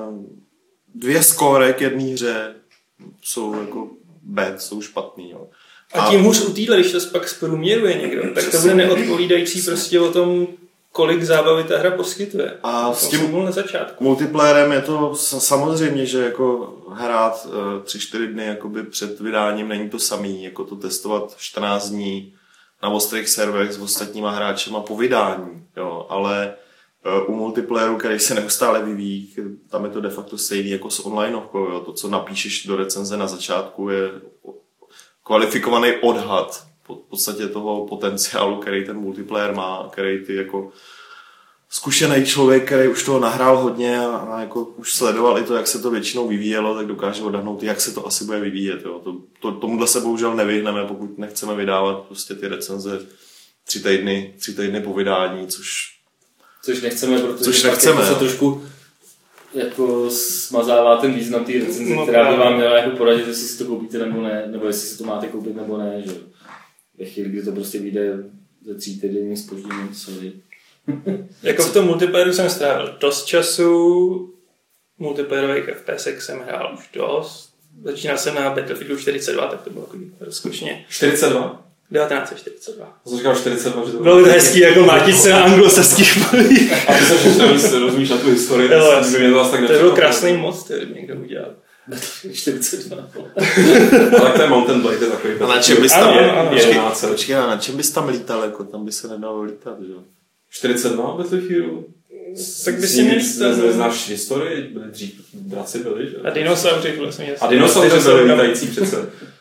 2 skóre k jedné hře jsou jako bad, jsou špatný. Jo. A tím hůř u týhle, když to pak zprůměruje někdo, tak to bude neodpovídající prostě o tom, kolik zábavy ta hra poskytuje. A s tím na začátku. Multiplayerem je to samozřejmě, že jako hrát 3-4 dny jakoby před vydáním není to samý, jako to testovat 14 dní na ostrých serverech s ostatníma hráčema po vydání, jo, ale u multiplayeru, který se neustále vyvíjí, tam je to de facto stejný jako s onlineovkou, jo, to, co napíšeš do recenze na začátku, je kvalifikovaný odhad v podstatě toho potenciálu, který ten multiplayer má, který ty jako zkušený člověk, který už toho nahrál hodně a jako už sledoval i to, jak se to většinou vyvíjelo, tak dokáže odhadnout, jak se to asi bude vyvíjet. Jo. Tomuhle se bohužel nevyhneme, pokud nechceme vydávat prostě ty recenze 3 týdny po vydání, což nechceme, protože jako se trošku jako smazává ten význam té recenze, která by vám měla jako poradit, jestli si to koupíte nebo ne, nebo jestli si to máte koupit nebo ne, že ve chvíli, kdy to prostě vyjde ze 3 týdny zpoždění, sorry. Jako v tom multiplayeru jsem strávil dost času, multiplayerových FPSek jsem hrál už dost, začínal jsem na Battlefieldu 42, tak to bylo takový rozkošně. 42? 1942. To říkal 42, že to bylo to hezký, jako mátit se na anglosaských polích. A ty se navíc rozumíš na tu historii, to byl krásný most, který někdo udělal. 42. Ale to je Mountain Blade, je takový. A na čem bys tam, počkej, na čem bys tam lítal, jako tam by se nedalo lítat, že jo? 42 Battlefieldu? Tak by si měl Neznáš historii? Dřív draci byli, že? A dinosauři byli. A dinosauři byli lítající přece.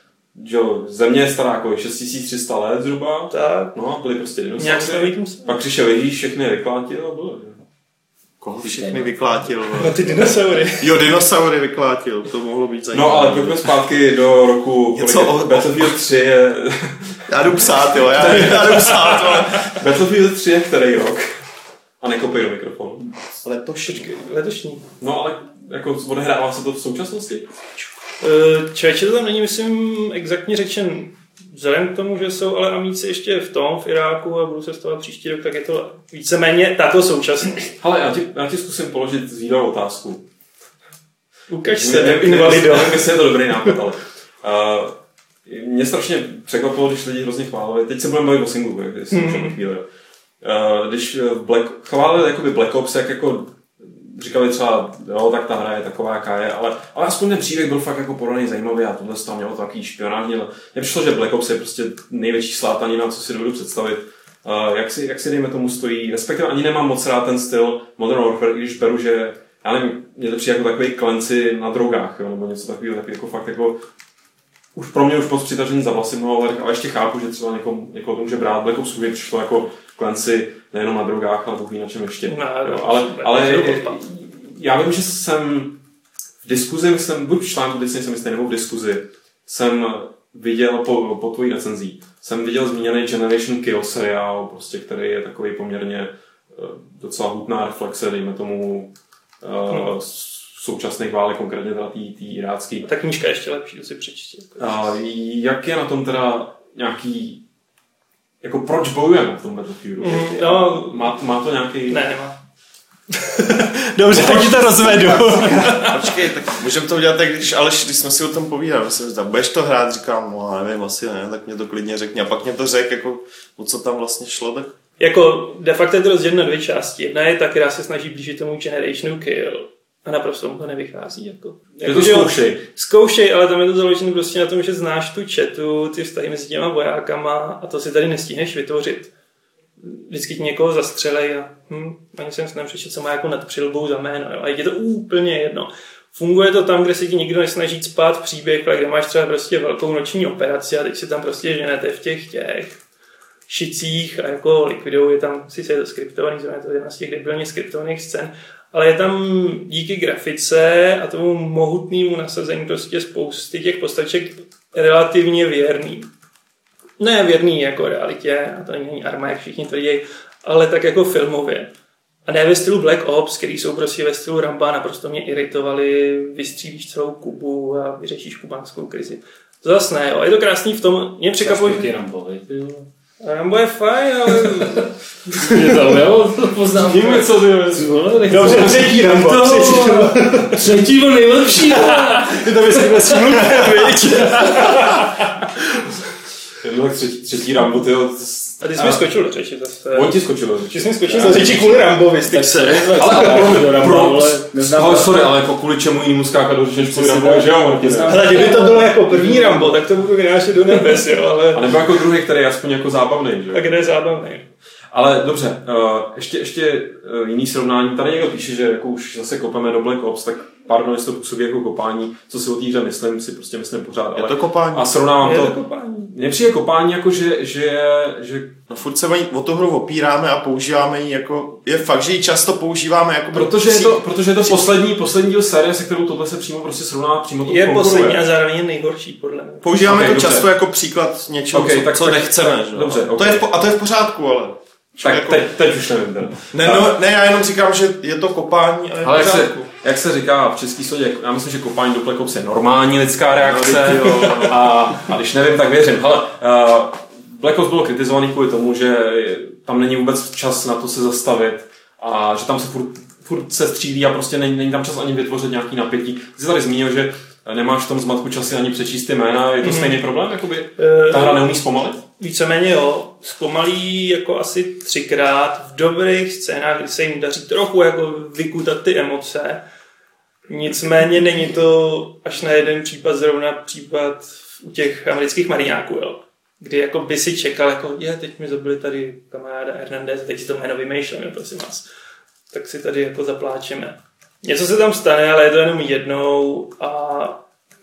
že Země je stará jako 6300 let zhruba. Tak. No a byly prostě dinosaury. Pak přišel Ježíš, všechny vyklátil a bylo. Koho všechny vyklátil? No ty dinosaury. Jo, dinosaury vyklátil, to mohlo být zajímavé. No ale pojďme zpátky do roku, Battlefield 3 je... Já jdu psát, jo, já jdu psát. Battlefield 3 je který rok? A nekopej do mikrofonu. Letošní. No ale jako odehrává se to v současnosti? Člověče, to tam není, myslím, exaktně řečen. Vzhledem k tomu, že jsou ale amíci ještě v Iráku a budou se stávat příští rok, tak je to víceméně tato současnost. Hele, já ti zkusím položit zvídavou otázku. Ukaž se, invalido. Nevím, jestli je to dobrý nápad, ale mě strašně překvapilo, když lidi hrozně chválili. Teď se budeme bavit o singlu, když jsem chvíli. Když chválili jakoby Black Ops, jak jako říkali třeba, jo, tak ta hra je taková, jaká je, ale aspoň ten příběh byl fakt jako podaný zajímavý a tohle tam mělo takový špionážní. Mně přišlo, že Black Ops je prostě největší slátanina, co si dovedu představit. Jak si dejme tomu stojí, respektive ani nemám moc rád ten styl Modern Warfare, když beru, že já nevím, mě to přijde jako takový klenci na drogách, jo, nebo něco takového, jako fakt jako už pro mě už moc přitažení za vlasy mnoho let, ale ještě chápu, že třeba někoho to může brát. Black Ops mi přišlo jako klenci nejenom na drogách, ale bohu na čem ještě. Ale já vím, že jsem v diskuzi, buď v článku, teď jsem jistý, nebo v diskuzi, jsem viděl po tvojí recenzí, jsem viděl zmíněný Generation Kill seriál, prostě, který je takový poměrně docela hutná reflexe, dejme tomu současných válek, konkrétně teda tý irácký. Ta knížka ještě lepší, to si přečti. Jak je na tom teda nějaký, jako proč bojujeme v tom Battlefieldu? Má to nějaký... Ne, nemá. Dobře, tak ti to rozvedu. Počkej, tak můžeme to udělat tak, když jsme si o tom povídali, budeš to hrát, říkám, no nevím, asi ne, tak mě to klidně řekni. A pak mě to řek, jako, o co tam vlastně šlo, tak... Jako, de facto je to rozděleno na dvě části. Jedna je ta, která se snaží blížit tomu Generational Kill. A naprosto mu to nevychází. Jako to zkoušej, ale tam je to založené prostě na tom, že znáš tu chatu, ty vztahy mezi těma vojákama a to si tady nestihneš vytvořit. Vždycky ti někoho zastřelej a ani jsem si nepřečet, co má jako nad přilbou za jméno. Jo. A je to úplně jedno. Funguje to tam, kde se ti nikdo nesnaží spát příběh, ale kde máš třeba prostě velkou noční operaci a teď si tam prostě ženete v těch šicích a jako likvidujou, je tam, sice je to skriptovaný, je to jedna z těch debilně skriptovaných scén, ale je tam díky grafice a tomu mohutnému nasazení prostě spousty těch postaček relativně věrný. Ne věrný jako realitě, a to není arma, jak všichni tvrdí, ale tak jako filmově. A ne ve stylu Black Ops, který jsou prostě ve stylu Ramba, naprosto mě iritovali, vystřílíš celou Kubu a vyřešíš kubánskou krizi. To zase ne, jo. Je to krásný v tom, mě překvapuje... Rambo je fajn, ale... Mě zaujalo to poznám. Víme, co ty... Dobře, třetí Rambo. Třetí byl nejlepší. Ty to myslíš bez mluvit, Třetí Rambo, tyjo. A ty jsi mi skočil do řeči zase. On ti skočil do řeči. Ty jsi mi skočil do řeči kvůli Rambovi, styk se. Ale sorry, ale jako kvůli čemu jinému skákat do řeči, kvůli Rambovi, že jo, Martine? Ale kdyby to bylo jako první Rambo, tak to budu vynášet do nebes, jo, ale... A nebo jako druhý, který je aspoň jako zábavný, že jo? A kde je zábavný. Ale dobře, ještě jiný srovnání. Tady někdo píše, že jako už zase kopeme do Black Ops, tak pardon, jestli to působí jako kopání, co si o té hře myslím, si prostě myslím pořád. Ale... Je to kopání. A srovnávám je to. kopání. Mně přijde kopání jako, že... No furt se o tu hru opíráme a používáme ji jako... Je fakt, že ji často používáme jako... Protože je to poslední díl série, se kterou tohle se přímo prostě srovná, přímo to je poslední a zároveň je nejhorší, podle mě. Používáme to často jako příklad něčeho, co nechceme. Dobře, a to je v pořádku, ale... Tak jako... teď už nevím teda. Ne, já jenom říkám, že je to kopání a je ale jak se říká v český sodě, já myslím, že kopání do Black Ops je normální lidská reakce a když nevím, tak věřím. Hele, Black Ops bylo kritizovaný kvůli tomu, že tam není vůbec čas na to se zastavit a že tam se furt se střílí a prostě není tam čas ani vytvořit nějaký napětí. Ty jsi tady zmínil, že nemáš v tom zmatku časy ani přečíst ty jména, je to stejný problém? Jakoby, ta hra neumí zpomalit? Víceméně jo, zpomalí jako asi 3krát v dobrých scénách, kdy se jim daří trochu jako vykutat ty emoce. Nicméně není to až na jeden případ zrovna případ u těch amerických mariňáků, jo. Kdy jako by si čekal, jako teď mi zabili tady kamaráda Hernandez, teď si to jméno vymýšlím, prosím vás. Tak si tady jako zapláčeme. Něco se tam stane, ale je to jenom jednou a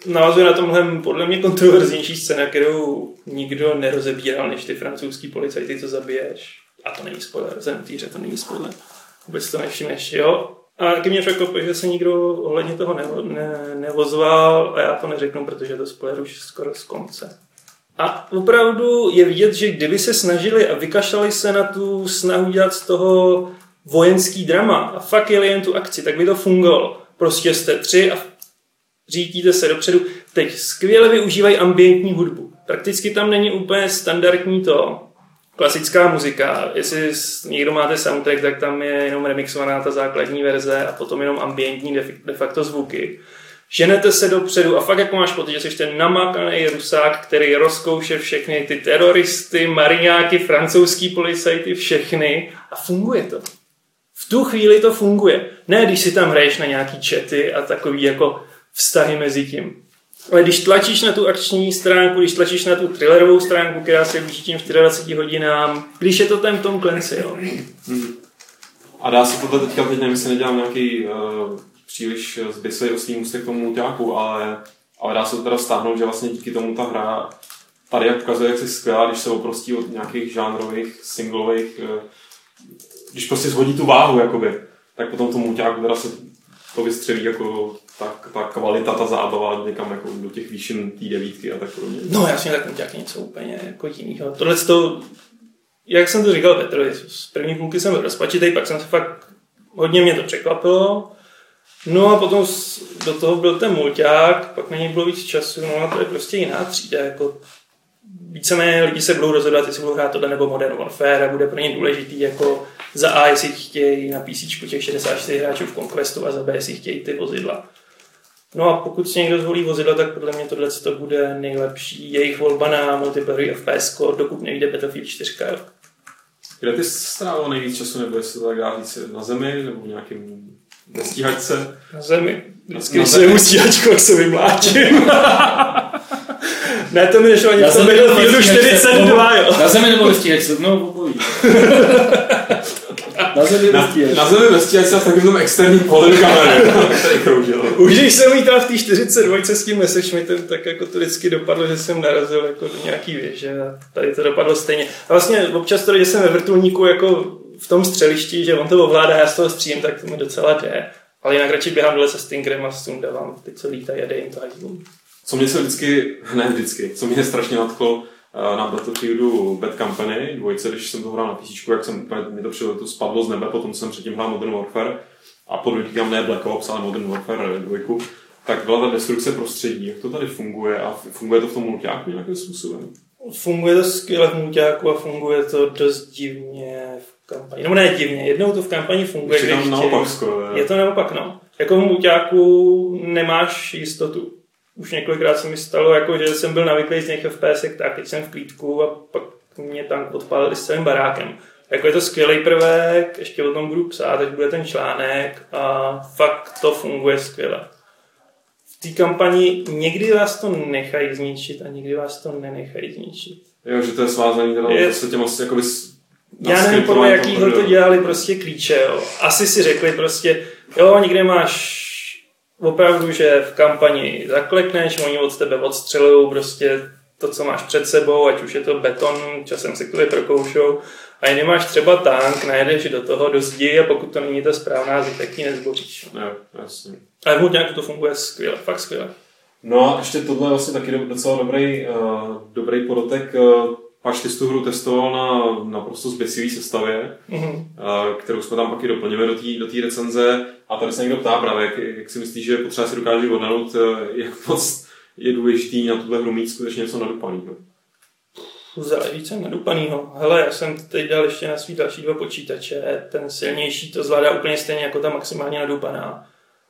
navazuje na tomhle podle mě kontroverznější scéna, kterou nikdo nerozebíral, než ty francouzský policajty, co zabiješ. A to není spoiler, Zemtýře, to není spoiler. Vůbec to nevšimneš, jo? A taky mě překvapuje, že se nikdo ohledně toho nevozval a já to neřeknu, protože to spoiler už skoro z konce. A opravdu je vidět, že kdyby se snažili a vykašlali se na tu snahu dělat z toho vojenský drama a fakt jeli jen tu akci, tak by to fungovalo. Prostě jste 3 a řídíte se dopředu. Teď skvěle využívají ambientní hudbu. Prakticky tam není úplně standardní to klasická muzika. Jestli někdo máte soundtrack, tak tam je jenom remixovaná ta základní verze a potom jenom ambientní de facto zvuky. Ženete se dopředu a fakt jako máš pocit, že jsi ten namakaný rusák, který rozkouše všechny ty teroristy, mariňáky, francouzský policajty, všechny a funguje to. V tu chvíli to funguje. Ne, když si tam hraješ na nějaký chaty a takový jako vztahy mezi tím. Ale když tlačíš na tu akční stránku, když tlačíš na tu thrillerovou stránku, která se blíží tím 24 hodinám, když je to ten Tom Clancy, jo. A dá se tohle teď nevím, jestli nedělám nějaký příliš zbyslý oslý můstek k tomu mulťáku, ale dá se to teda stáhnout, že vlastně díky tomu ta hra tady jak ukazuje, jak se skvělá, když se oprostí od nějakých žánrových, singlových, když prostě shodí tu váhu, jakoby, tak potom tomu mulťáku teda se to vystřelí jako ta kvalita, ta zábava někam jako do těch výšin té 9 a tak podobně. No jasně, tak mulťák něco úplně jako jinýho. Tohle to, jak jsem to říkal Petrovi, z první půlky jsem byl rozpačitej, pak jsem se fakt, hodně mě to překvapilo. No a potom do toho byl ten mulťák, pak na něj bylo víc času, no a to je prostě jiná třída, jako víceméně lidi se budou rozhodovat, jestli budou hrát tohle nebo Modern Warfare a bude pro ně důležitý jako za A, jestli chtějí na PC těch 64 hráčů v Conquestu a za B, jestli chtějí ty vozidla. No a pokud si někdo zvolí vozidla, tak podle mě tohle to bude nejlepší jejich volba na multiplayer FPS, dokud nevíde Battlefield 4. Kde ty strávil nejvíc času, nebo jestli to tak dá říct na zemi, nebo nějakým nestíhačce? Na zemi. Vždycky, když se stíhačku, jak se vymláčím. Ne, to mi nešlo ani v tom Battlefieldu 42, jo. Na zemi nebo ve stíhačce, no popoví. Na zemi ve stíhačce a v takovém externím pohledu kamery, který kroužil. Už když jsem lítal v té 42 s tím Messerschmittem, tak jako to vždycky dopadlo, že jsem narazil jako do nějaký věže a tady to dopadlo stejně. A vlastně občas to, že jsem ve vrtulníku jako v tom střelišti, že on to ovládá, já z toho střílím, tak to mi docela jde. Ale jinak radši běhám dole se Stingerem a sundávám ty, co lítají a dej jim to hajzlům. Co mě se co mě strašně nadchlo na Battlefieldu Bad Company 2, když jsem to hrál na PC, jak mě to spadlo z nebe, potom jsem předtím hrál Modern Warfare a podotýkám ne Black Ops, ale Modern Warfare 2, tak byla ta destrukce prostředí. Jak to tady funguje a funguje to v tom mulťáku nějakým způsobem? Funguje to skvěle v mulťáku a funguje to dost divně v kampani. No ne divně, jednou to v kampani funguje, když je to naopak, no. Jako v mulťáku nemáš jistotu. Už několikrát se mi stalo, jako, že jsem byl navyklý z nějakých FPSek, tak teď jsem v klídku a pak mě tank odpálili s celým barákem. Jako je to skvělý prvek, ještě o tom budu psát, až bude ten článek a fakt to funguje skvěle. V té kampani někdy vás to nechají zničit a někdy vás to nenechají zničit. Jo, že to je svázaný teda s těm asi jakoby... Já nevím, podle jakýho to dělali prostě klíče, jo. Asi si řekli prostě, jo, někde máš opravdu, že v kampani zaklekneš, oni od tebe odstřelujou prostě to, co máš před sebou, ať už je to beton, časem se k tobě prokoušou. A jiný máš třeba tank, najedeš do toho do zdi a pokud to není ta správná zdi, tak ji nezboříš. Jo, jasně. Ale v mulťáku to funguje skvěle, fakt skvěle. No a ještě tohle je vlastně taky docela dobrý podotek. Pač ty jsi tu hru testoval na naprosto zběsilý sestavě, kterou jsme tam pak i doplníme do té recenze. A tady se někdo ptá právě, jak si myslíš, že potřeba si dokáže odhadnout, jak moc je důležitý na tuhle hru mít skutečně něco nadupanýho. Záleží co nadupanýho. Hele, já jsem teď dal ještě na svý další 2 počítače. Ten silnější to zvládá úplně stejně jako ta maximálně nadupaná.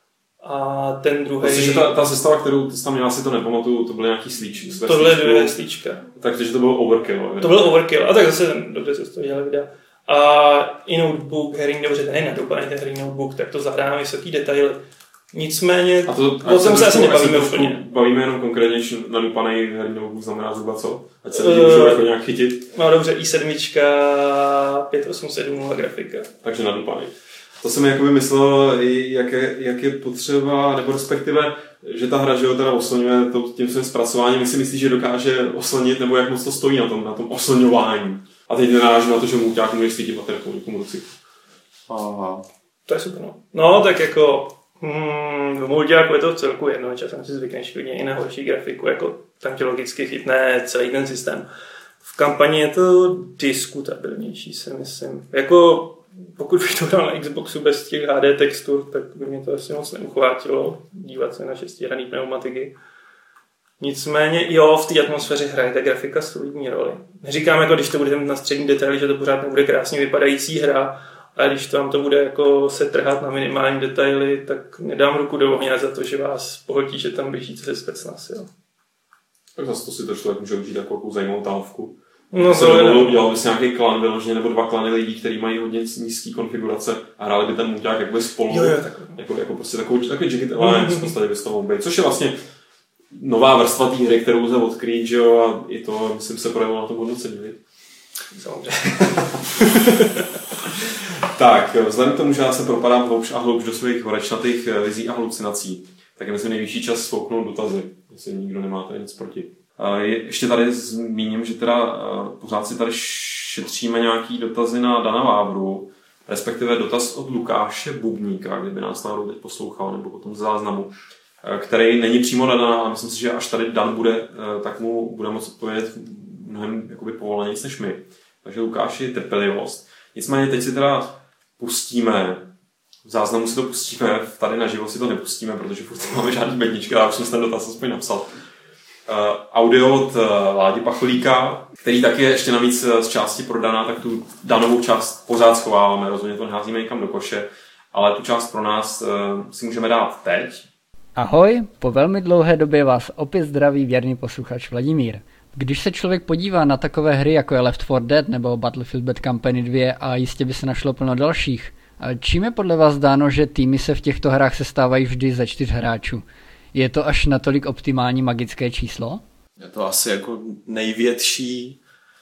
A ten druhý. Vlastně, že ta sestava, kterou ty tam měla, si to nepamatuju, to byl nějaký slíč. Tohle je 2 slíčka. Takže to byl overkill. To byl overkill. A tak zase dobře se z toho dělali videa. A i notebook, herní, dobře, ten je nadupaný, ten herní notebook, tak to zvládá na vysoký detaily. Nicméně, o tom se asi nebavíme úplně. Bavíme jenom konkrétně, že nadupaný herní notebook znamená zhruba co? Ať se lidi můžou jako nějak chytit. No dobře, i7, 5870 grafika. Takže nadupaný. To jsem jakoby myslel, jak je potřeba, nebo respektive, že ta hra, že ho teda oslňuje tím svým zpracováním, my si myslí, že dokáže oslnit, nebo jak moc to stojí na tom oslňování. A teď nenážu na to, že mulťák může svítit baterkou někomu motocyklu. Aha. To je super, no. No, tak jako v mulťáku je to v celku jedno, časem si zvykneš klidně i na horší grafiku, jako tam tě logicky chytne celý ten systém. V kampani je to diskutabilnější, si myslím. Jako pokud bych to dal na Xboxu bez těch HD textur, tak by mě to asi moc neuchvátilo dívat se na šestihraný pneumatiky. Nicméně, jo, v té atmosféře hraje ta grafika solidní roli. Neříkám, jako když to bude na střední detaily, že to pořád nebude krásně vypadající hra, a když tam to bude jako se trhat na minimální detaily, tak nedám ruku do ohně za to, že vás pohltí, že tam běží co specnaz, jo. Tak zase to si to člověk může užít jako zajímavou távku. No, se udělal by si nějaký klan vyloženě, nebo 2 klany lidí, kteří mají hodně nízký konfigurace a hráli by ten mulťák jakoby spolu. Jo, jako prostě takový Jagged Alliance v podstatě by z toho být. Což je vlastně nová vrstva té hry, kterou lze odkrýt, že jo, a i to, myslím, se projevilo na tom hodnocení. Tak, vzhledem k tomu, že já se propadám hloubš a hloubš do svých horečnatých vizí a halucinací, tak je myslím nejvyšší čas spouknout dotazy, jestli nikdo nemá tady nic proti. Ještě tady zmíním, že teda pořád si tady šetříme nějaký dotazy na Dana Vávru, respektive dotaz od Lukáše Bubníka, kdyby nás náhodou teď poslouchal, nebo potom z záznamu, který není přímo na Dana, ale myslím si, že až tady Dan bude, tak mu bude moct odpovědět mnohem jakoby povolanějc než my. Takže Lukáši, trpělivost. Nicméně teď si teda pustíme, v záznamu si to pustíme, tady naživo si to nepustíme, protože furt máme žádný bedničky, ale už jsem ten dotaz aspoň napsal. Audio od Ládi Pacholíka, který taky je ještě navíc z části pro Dana, tak tu Danovou část pořád schováváme, rozhodně to neházíme někam do koše, ale tu část pro nás si můžeme dát teď. Ahoj, po velmi dlouhé době vás opět zdraví věrný posluchač Vladimír. Když se člověk podívá na takové hry, jako je Left 4 Dead nebo Battlefield Bad Company 2 a jistě by se našlo plno dalších, čím je podle vás dáno, že týmy se v těchto hrách sestávají vždy ze 4 hráčů? Je to až natolik optimální magické číslo? Je to asi jako největší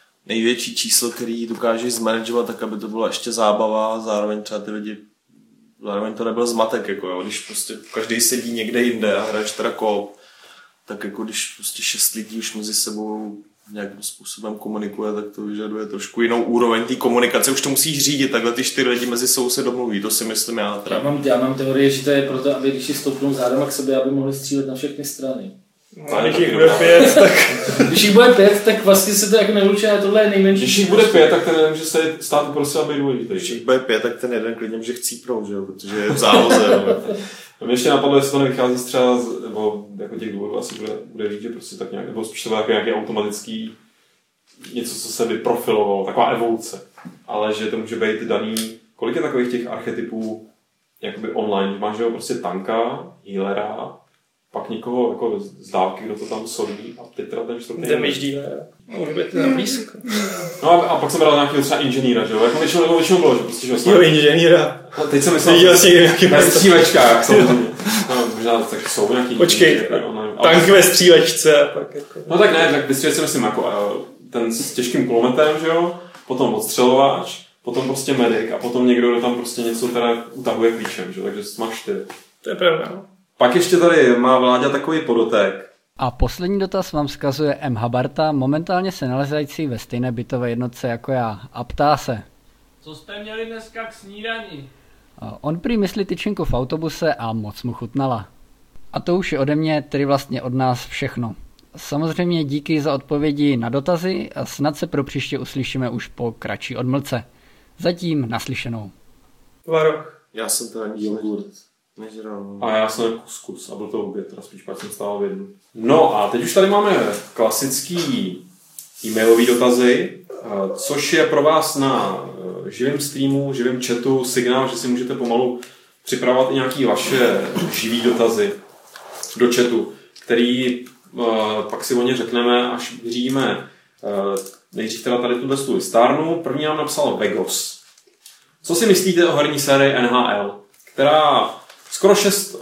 číslo, který dokážeš zmanagovat tak, aby to byla ještě zábava, zároveň třeba ty lidi, zároveň to nebyl zmatek, jako jo, když prostě každý sedí někde jinde a hraješ teda koop, tak jako když prostě 6 lidí už mezi sebou nějakým způsobem komunikuje, tak to vyžaduje trošku jinou úroveň té komunikace. Už to musíš řídit, takhle ty 4 lidi mezi sebou se domluví, to si myslím já. Já mám teorii, že to je proto, aby když si stoupnou zádama k sobě, aby mohli střílet na všechny strany. No, když jich bude 5, tak... Když jich bude 5, tak vlastně se to jako nelučí, ale tohle je nejmenší. Když jich bude 5, tak ten nemůže se stát prostě, aby důležitý. Když jich bude 5, tak ten jeden klidně může chcípnout, že jo, protože je v záloze. Mě ještě napadlo, jestli to nevychází z třeba, nebo jako těch důvodů asi bude víc, že prostě tak nějak, nebo spíš to jako nějaký automatický něco, co se vyprofilovalo, taková evoluce. Ale že to může být daný, kolik je takových těch archetypů jakoby online, že máš prostě tanka, healera, pak někoho jako z dálky, kdo to tam solí a teď teda ten čtvrtý. Damage dealer. Může být na blízko. No a pak jsem bral nějakého třeba inženýra, že jo? Jako většinou bylo, že prostě, že Jo, inženýra. A teď jsem myslel, na střílečkách samozřejmě. No, možná tak jsou nějaký... Počkej, tank ve střílečce a pak jako... No tak ne, tak ve střílečce myslím jako ten s těžkým kulometem, že jo? Potom odstřelovač, potom prostě medic a potom někdo, kdo tam prostě něco teda utahuje klíčem, že jo? Takže máš 4. To je pravda, no. Pak ještě tady má Vláďa takový podotek. A poslední dotaz vám vzkazuje M. Habarta, momentálně se nalezající ve stejné bytové jednotce jako já. A ptá se. Co jste měli dneska k snídani? On prý myslí tyčinku v autobuse a moc mu chutnala. A to už je ode mě, tedy vlastně od nás všechno. Samozřejmě díky za odpovědi na dotazy a snad se pro příště uslyšíme už po kratší odmlce. Zatím naslyšenou. Varoch. Já jsem to ani jogurt nežral. A já jsem kuskus a byl to oběd, teda spíš pak jsem stál v jednu. No a teď už tady máme klasický e-mailový dotazy, což je pro vás na živém streamu, živém chatu signál, že si můžete pomalu připravovat i nějaké vaše živý dotazy do chatu, který pak si o ně řekneme, až vyřídíme nejdřív teda tady tuhle listárnu. První nám napsal Vegos. Co si myslíte o herní sérii NHL, která skoro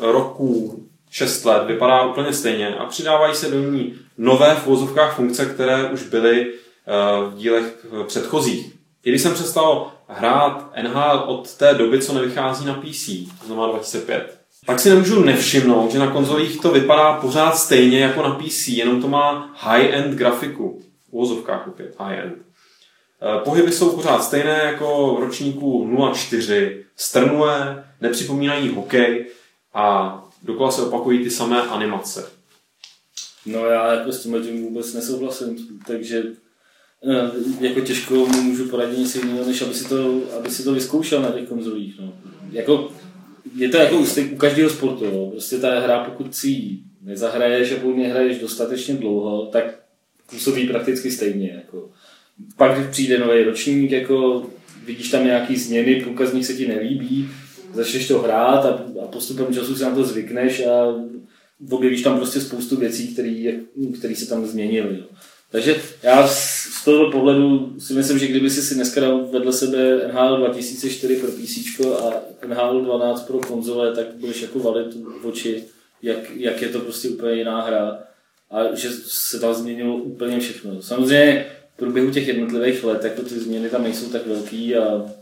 6 let vypadá úplně stejně a přidávají se do ní nové v uvozovkách funkce, které už byly v dílech předchozích. I když jsem přestal hrát NHL od té doby, co nevychází na PC, to znamená 2005, tak si nemůžu nevšimnout, že na konzolích to vypadá pořád stejně jako na PC, jenom to má high-end grafiku. V uvozovkách opět high-end. Pohyby jsou pořád stejné jako v ročníku 04, strnulé, nepřipomínají hokej a dokola se opakují ty samé animace. No já jako s tím vůbec nesouhlasím, takže jako těžko mu můžu poradit nic jiného, než aby si to vyzkoušel na těch konzolích. No. Jako, je to jako u každého sportu. Jo. Prostě ta hra, pokud si ji nezahraješ a pokud nehraješ dostatečně dlouho, tak působí prakticky stejně. Jako. Pak, když přijde nový ročník, jako, vidíš tam nějaký změny, půlka z nich se ti nelíbí, začneš to hrát a postupem času si na to zvykneš a objevíš tam prostě spoustu věcí, které se tam změnily. Jo. Takže já z toho pohledu si myslím, že kdyby si dneska dal vedle sebe NHL 2004 pro PC a NHL 12 pro konzole, tak budeš jako valit v oči, jak je to prostě úplně jiná hra a že se tam změnilo úplně všechno. Samozřejmě v průběhu těch jednotlivých let jako ty změny tam nejsou tak velký,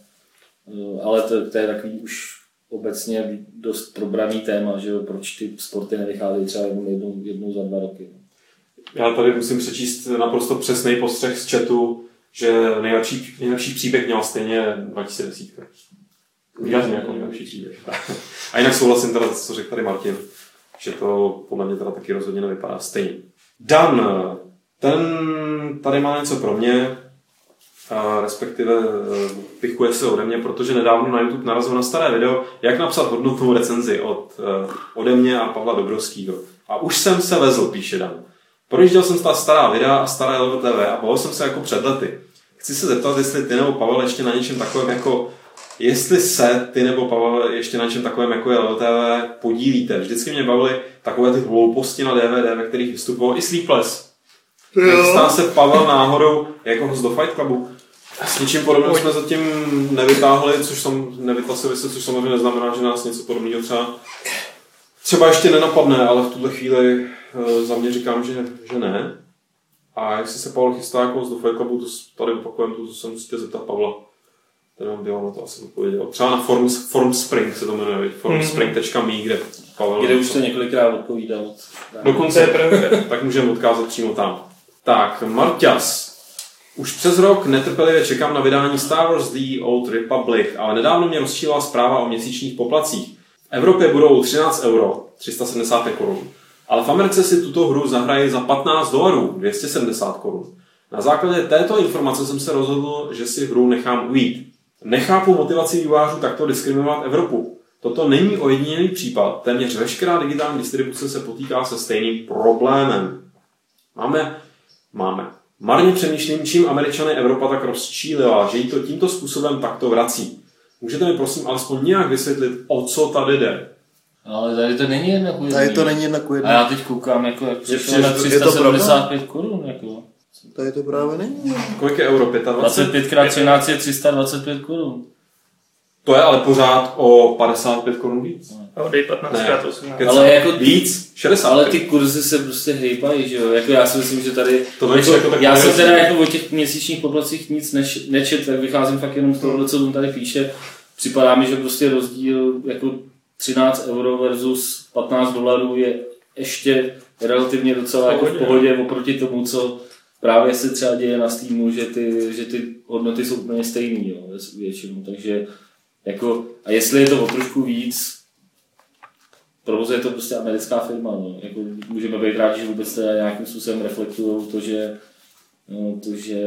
ale to je takový už obecně dost probraný téma, že proč ty sporty nevycházejí třeba jednou za 2 roky. Já tady musím přečíst naprosto přesný postřeh z chatu, že nejlepší příběh měl stejně 2010. Výrazně jako nejlepší příběh. A jinak souhlasím teda, co řekl tady Martin, že to podle mě teda taky rozhodně nevypadá stejně. Dan, ten tady má něco pro mě, respektive pichuje se ode mě, protože nedávno na YouTube narazil na staré video, jak napsat hodnotnou recenzi ode mě a Pavla Dobrovského. A už jsem se vezl, píše Dan. Projížděl jsem ta stará videa a staré LVTV a bavil jsem se jako před lety. Chci se zeptat, jestli ty nebo Pavel ještě na něčem takovém jako je LVTV podílíte. Vždycky mě bavily takové ty hlouposti na DVD, ve kterých vystupoval i Sleepless. Nechystá se Pavel náhodou jako host do Fight Clubu. S ničím podobným jsme zatím nevytáhli, což samozřejmě neznamená, že nás něco podobného třeba ještě nenapadne, ale v tuhle chvíli za mě říkám, že ne. A jestli se Pavel chystá jako host do Fight Clubu, to tady opakujem, to se musíte zeptat Pavla. Tady vám bylo na to asi odpověděl. Třeba na Formspring se to jmenuje, formspring.me, kde Pavel... Kde už to několikrát odpovídal. Dokonce tak můžeme odkázat přímo tam. Tak, Marťas. Už přes rok netrpělivě čekám na vydání Star Wars The Old Republic, ale nedávno mě rozčílila zpráva o měsíčních poplatcích. V Evropě budou 13 euro, 375 korun. Ale v Americe si tuto hru zahrají za $15, 270 korun. Na základě této informace jsem se rozhodl, že si hru nechám ujít. Nechápu motivaci vývojářů takto diskriminovat Evropu. Toto není ojedinělý případ, téměř veškerá digitální distribuce se potýká se stejným problémem. Máme. Marně přemýšlím, čím Američany Evropa tak rozčílila, že jí to tímto způsobem takto vrací. Můžete mi prosím alespoň nějak vysvětlit, o co tady jde? Ale tady to není jedna ku jedný. Tady to není jedna ku jedný. A já teď koukám, jak přišlo na 375 korun. Jako. Tady to právě není. Kolik je euro? 25 x 13 je 325 korun. To je ale pořád o 55 korun víc. A dej 15 x 18. Ale jako víc? 60. Ale ty kurzy se prostě hejpají, že jo? Jako já si myslím, že tady... Já jsem teda jako o těch měsíčních poplacích nic nečet, tak vycházím fakt jenom z toho, co on tady píše. Připadá mi, že prostě rozdíl jako 13 euro versus $15 je ještě relativně docela jako v pohodě oproti tomu, co právě se třeba děje na Steamu, že ty hodnoty jsou úplně stejný, jo, většinou. Takže jako, a jestli je to o trošku víc, provozuje to prostě americká firma, no. Jako, můžeme být rádi, že vůbec teda nějakým způsobem reflektují to, že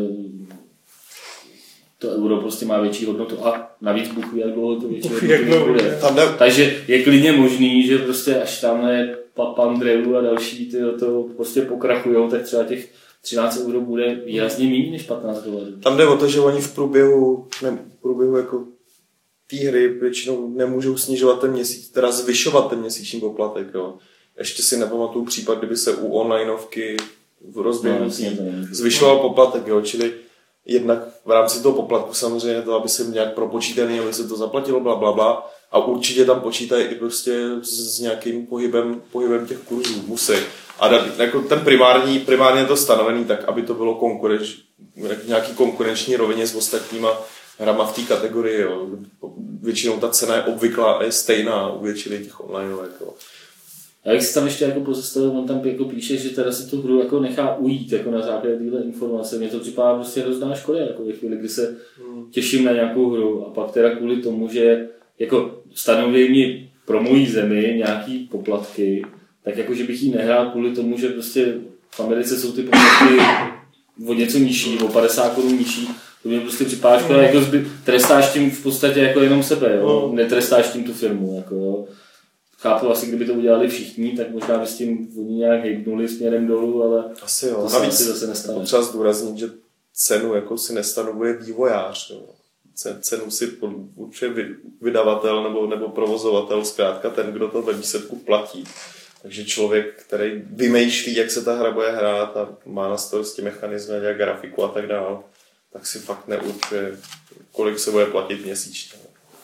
to euro prostě má větší hodnotu a navíc Bůh ví, jak dlouho to větší hodnotu bude. Takže je klidně možný, že prostě až tamhle Papandreou a další to prostě pokrachujou, tak třeba těch 13 euro bude výrazně méně než $15. Tam jde o to, že oni v průběhu jako té hry většinou nemůžou snižovat ten měsíc, teda zvyšovat ten měsíční poplatek. Jo. Ještě si nepamatuju případ, kdyby se u onlineovky v rozběhu zvyšoval poplatek, jo. Čili jednak v rámci toho poplatku samozřejmě to, aby se nějak propočítaný, aby se to zaplatilo, blablabla. A určitě tam počítají i prostě s nějakým pohybem těch kurzů, musí. A jako ten primárně to stanovený tak, aby to bylo nějaký konkurenční rovině s ostatníma hrama v té kategorii, jo. Většinou ta cena je obvyklá a je stejná u většiny těch onlineovek, jo. Já bych si tam ještě jako pozastavil, on tam jako píše, že teda si tu hru jako nechá ujít jako na základě téhle informace. Mně to připadá prostě hrozná škoda, jako ve chvíli, kdy se těším na nějakou hru a pak teda kvůli tomu, že jako stanoví mi pro moji zemi nějaký poplatky, tak jako, že bych jí nehrál kvůli tomu, že prostě v Americe jsou ty poplatky o něco nižší, o 50 korun nižší. To mě prostě připadá škoda, jako trestáš tím v podstatě jako jenom sebe, jo? Netrestáš tím tu firmu, jako jo. Chápu, asi kdyby to udělali všichni, tak možná by s tím oni nějak hejbnuli směrem dolů, ale asi jo. To se asi zase nestane. Potřeba zdůraznit, že cenu jako si nestanovuje vývojář. Jo. Cenu si určuje vydavatel nebo provozovatel, zkrátka ten, kdo to ve výsledku platí. Takže člověk, který vymýšlí, jak se ta hra bude hrát a má na starosti mechanizmy, jak grafiku a tak dále, tak si fakt neurčuje, kolik se bude platit měsíčně.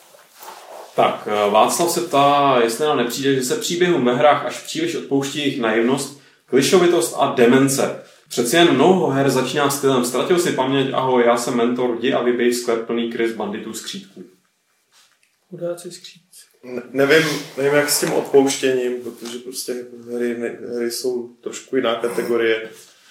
Tak, Václav se ptá, jestli nám nepřijde, že se příběhům ve hrách až příliš odpouští jejich naivnost, klišovitost a demence. Přeci jen mnoho her začíná stylem ztratil si paměť, ahoj, já jsem mentor, jdi a vybej sklep plný Chris banditů skřítků. Chudáci skřítků. Nevím, jak s tím odpouštěním, protože prostě hry jsou trošku jiná kategorie.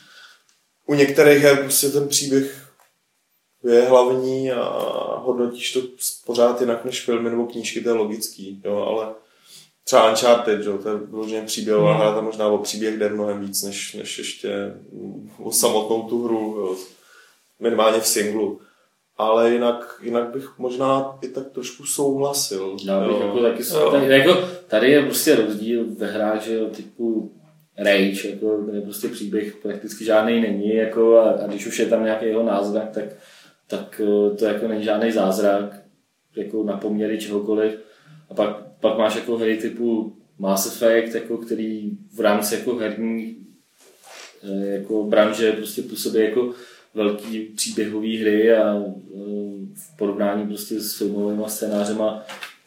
U některých her prostě ten příběh je hlavní a hodnotíš to pořád jinak než filmy nebo knížky, to je logický, jo, ale třeba Uncharted, jo, to je vyloženě příběhová hra, tam možná o příběh jde mnohem víc, než ještě o samotnou tu hru, jo, minimálně v singlu. Ale jinak bych možná i tak trošku souhlasil. Já bych jako taky, jako tady je prostě rozdíl ve hrách, že jo, typu Rage, jako, kde prostě příběh prakticky žádný není, jako, a když už je tam nějaký jeho náznak, tak to jako není žádný zázrak, jako na poměry čehokoliv. A pak máš jako hry typu Mass Effect, jako, který v rámci jako herní jako branže prostě působí jako velký příběhové hry a v porovnání prostě s filmovými scénářema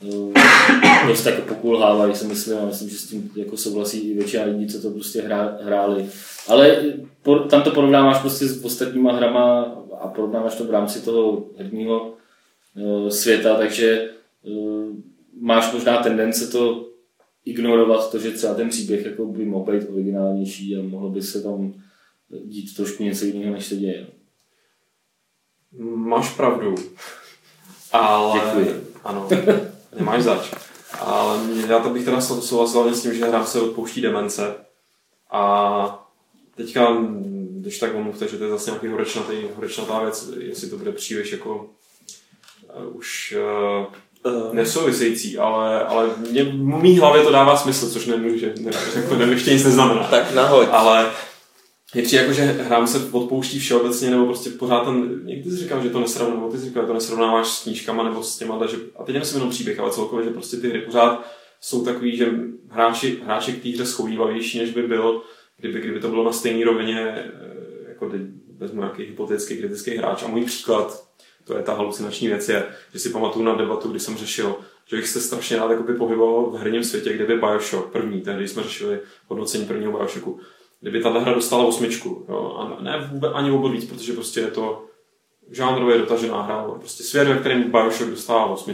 dost jako pokulhávají, si myslím, a myslím, že s tím jako souhlasí i většina lidí, co to prostě hráli. Ale tam to porovnáváš prostě s ostatníma hrama a porovnáváš to v rámci toho herního světa, takže máš možná tendence to ignorovat, to, že třeba ten příběh jako by mohl být originálnější a mohlo by se tam dít trošku něco jiného, než se děje. Máš pravdu. Ale... Děkuji. Ano, nemáš zač. Ale já to bych teda souhlasil s tím, že hra se odpouští demence. A teďka, když tak omluvte, že to je zase nějaký horečnatá věc, jestli to bude příliš jako už nesouvisející, ale v mý hlavě to dává smysl, což nemůže, ještě nic neznamená. Tak nahoď. Ale je přijde jako, že hrám se odpouští všeobecně, nebo prostě pořád ten, někdy jsi říkal, že to nesrovnáváš, nebo ty jsi říkal, že to nesrovnáváš s knížkama nebo s těma, že, a teď nemyslím jenom příběh, ale celkově, že prostě ty hry pořád jsou takový, že hráči k té hře schovývavější, než by byl, kdyby to bylo na stejné rovině, jako teď vezmu nějaký hypotetický kritický hráč. A můj příklad, to je ta halucinační věc, je, že si pamatuju na debatu, kdy jsem řešil, že bych se strašně rád pohyboval v herním světě, kde by Bioshock první, tehdy jsme řešili hodnocení prvního Bioshocku, kdyby tato hra dostala 8, jo, a ne ani o bod víc, protože prostě je to žánrově dotažená hra, prostě svět, ve kterém Bioshock dostává 8,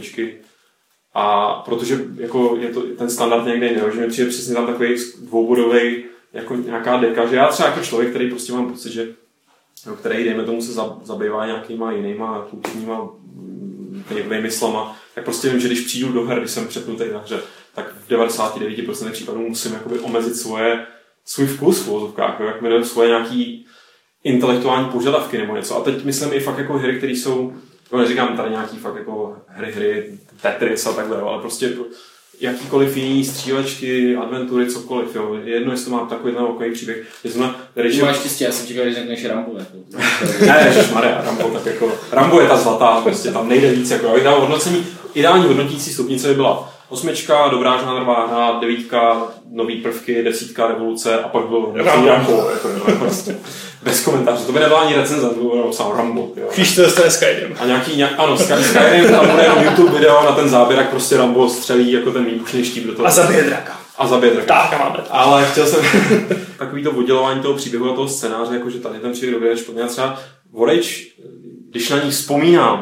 a protože jako je to ten standard někde jiný, že mi přijde přesně tam takový dvoubodový jako nějaká deka, že já třeba jako člověk, který prostě mám pocit, že no, který, dejme tomu, se zabývá nějakýma jinýma kulturníma vymyslama, tak prostě vím, že když přijdu do her, když jsem přepnutý na hře, tak v 99% případů musím jakoby omezit svůj vkus v uvozovkách, jak mi svoje nějaký intelektuální požadavky nebo něco. A teď myslím i fakt jako hry, které jsou, no neříkám tady nějaký fakt jako hry, Tetris a takhle, ale prostě jakýkoliv jiný střílečky, adventury, cokoliv, jo. Jedno, jestli to má takový okolí příběh. Máš štěstí, já jsem čekal, že řekneš Rambo. Jako. Ne, ježišmarja, Rambo, tak jako, Rambo je ta zlatá, prostě tam nejde víc, jako, já bych dal hodnocení, ideální hodnotící stupnice by byla 8, dobrá žánrová hra, 9, nový prvky, 10, revoluce a pak bylo Rambo, jako, prostě. Bez komentářů, to by nebyla ani recenze, to bylo sám Rambo. Když to dostane Skyrim. A ano, Skyrim, tam bude jenom YouTube video na ten záběr, jak prostě Rambo střelí jako ten výbušný štít do toho. A zabije draka. Tak, ale chtěl jsem takový to oddělování toho příběhu a toho scénáře, jakože tady ten příběh dobrý, podle třeba Vorage, když na ní vzpomínám,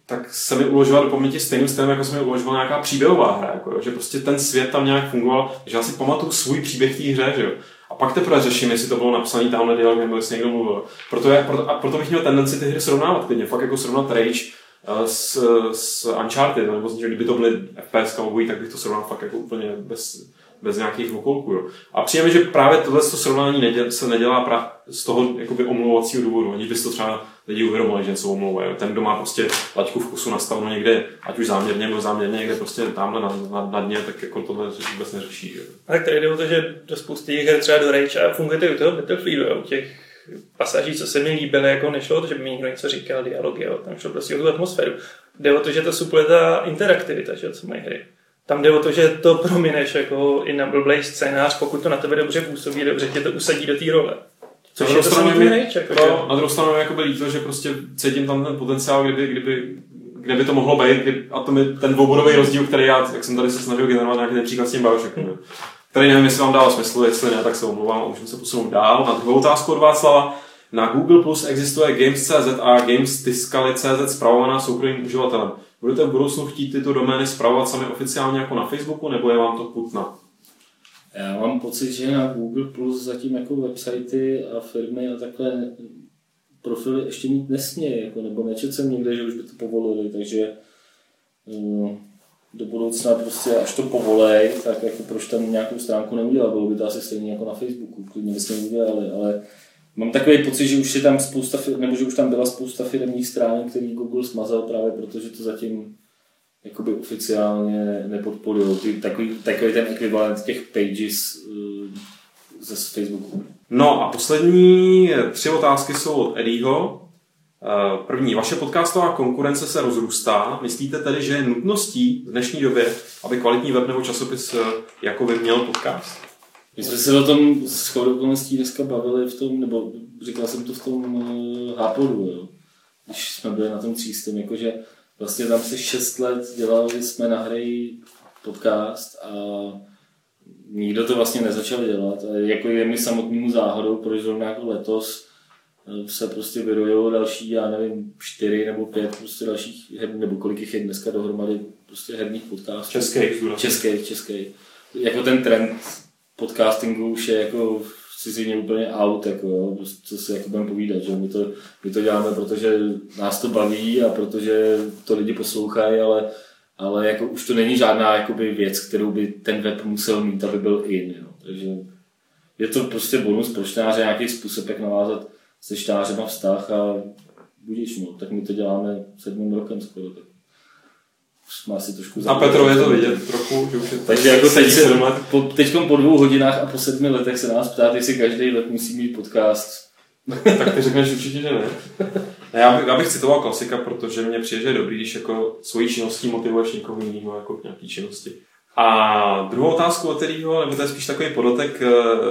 tak se mi uložila do paměti stejným stylem, jako se mi uložila nějaká příběhová hra. Jako, že prostě ten svět tam nějak fungoval, že já si pamatuju svůj příběh té hře, že jo. A pak teprve řeším, jestli to bylo napsané tamhle dialog, nebo jestli někdo mluvil. Proto bych měl tendenci ty hry srovnávat klidně. Fakt jako srovnat Rage s Uncharted, nebo že kdyby to byly FPS obojí, tak bych to srovnal fakt jako úplně bez nějakých okolků. Jo. A přijeme, že právě tohle srovnání se nedělá z toho jakoby omlouvacího důvodu, aniž bys to třeba lidi uvědomili, že něco omlouvají. Ten, kdo má prostě laťku vkusu nastavenou někde, ať už záměrně nebo záměrně někde prostě tamhle na dně, tak jako tohle vůbec neřeší. Jo. A tak tady jde o to, že do spousty těch her třeba do Rage a funguje to i u toho Battlefieldu, u těch pasaží, co se mi líbily, jako nešlo o to, že by mi někdo něco říkal, dialogy, jo. Tam šlo prostě o tu atmosféru. Jde o to, že to supluje ta interaktivita, že, co mají hry. Tam jde o to, že to promineš jako i na blblej scénář, pokud to na tebe dobře působí, dobře tě to usadí do té role. Což je to samotný Rage. Jako, na druhou stranu je líto, že prostě cítím tam ten potenciál, kde by to mohlo být, a to mi ten dvoubodový rozdíl, který já, jak jsem tady se snažil generovat nějaký ten příklad s tím Bioshockem, který nevím, jestli vám dává smysl, jestli ne, tak se omlouvám a můžeme se posunout dál. Na druhou otázku od Václava. Na Google Plus existuje Games.cz a Games.cz spravovaná soukromým uživatelem. Budete v budoucnu chtít tyto domény spravovat sami oficiálně jako na Facebooku, nebo je vám to putna? Já mám pocit, že na Google Plus zatím jako websitey a firmy a takhle profily ještě mít nesmějí, jako, nebo nečetl jsem někde, že už by to povolili, takže do budoucna prostě, až to povolej, tak jako proč tam nějakou stránku neudělat, bylo by to asi stejně jako na Facebooku, klidně byste neudělali, ale mám takový pocit, že už je tam spousta, nebo že už tam byla spousta firemních stránek, který Google smazal právě protože to zatím jakoby oficiálně nepodporují. Takový ten ekvivalent těch pages ze Facebooku. No a poslední 3 otázky jsou od Eddieho. První, vaše podcastová konkurence se rozrůstá. Myslíte tedy, že je nutností v dnešní době, aby kvalitní web nebo časopis jako by měl podcast? My jsme se o tom shodou okolností dneska bavili v tom, nebo říkal jsem to v tom Hápodu, jo. Když jsme byli na tom třístém, jakože vlastně tam se 6 let dělali jsme na hry podcast a nikdo to vlastně nezačal dělat. A jako je mi samotnému záhodou, proč zrovna jako letos se prostě vyrojilo další, já nevím, 4 nebo 5 prostě dalších her, nebo kolik jich je dneska dohromady prostě herních podcastů. Českých. Jako ten trend podcastingu už je jako v cizině úplně out, jako jo, co si jako budeme povídat, že my to děláme, protože nás to baví a protože to lidi poslouchají, ale jako už to není žádná jakoby věc, kterou by ten web musel mít, aby byl in, jo. Takže je to prostě bonus pro čtenáře, nějaký způsob, jak navázat se čtenářem vztah a budíš, no, tak my to děláme 7 rokem skoro, tak má si trošku a Petro je to vidět trochu, že už je takže jako teďkom po 2 hodinách a po 7 letech se nás ptát, jestli každý let musí mít podcast. Tak ty řekneš určitě, že ne. Já bych citoval klasika, protože mně přijde, že je dobrý, když jako svojí činností motivuješ někoho jiného jako k nějaký činnosti. A druhou otázku od Eddieho, nebo to je spíš takový podotek,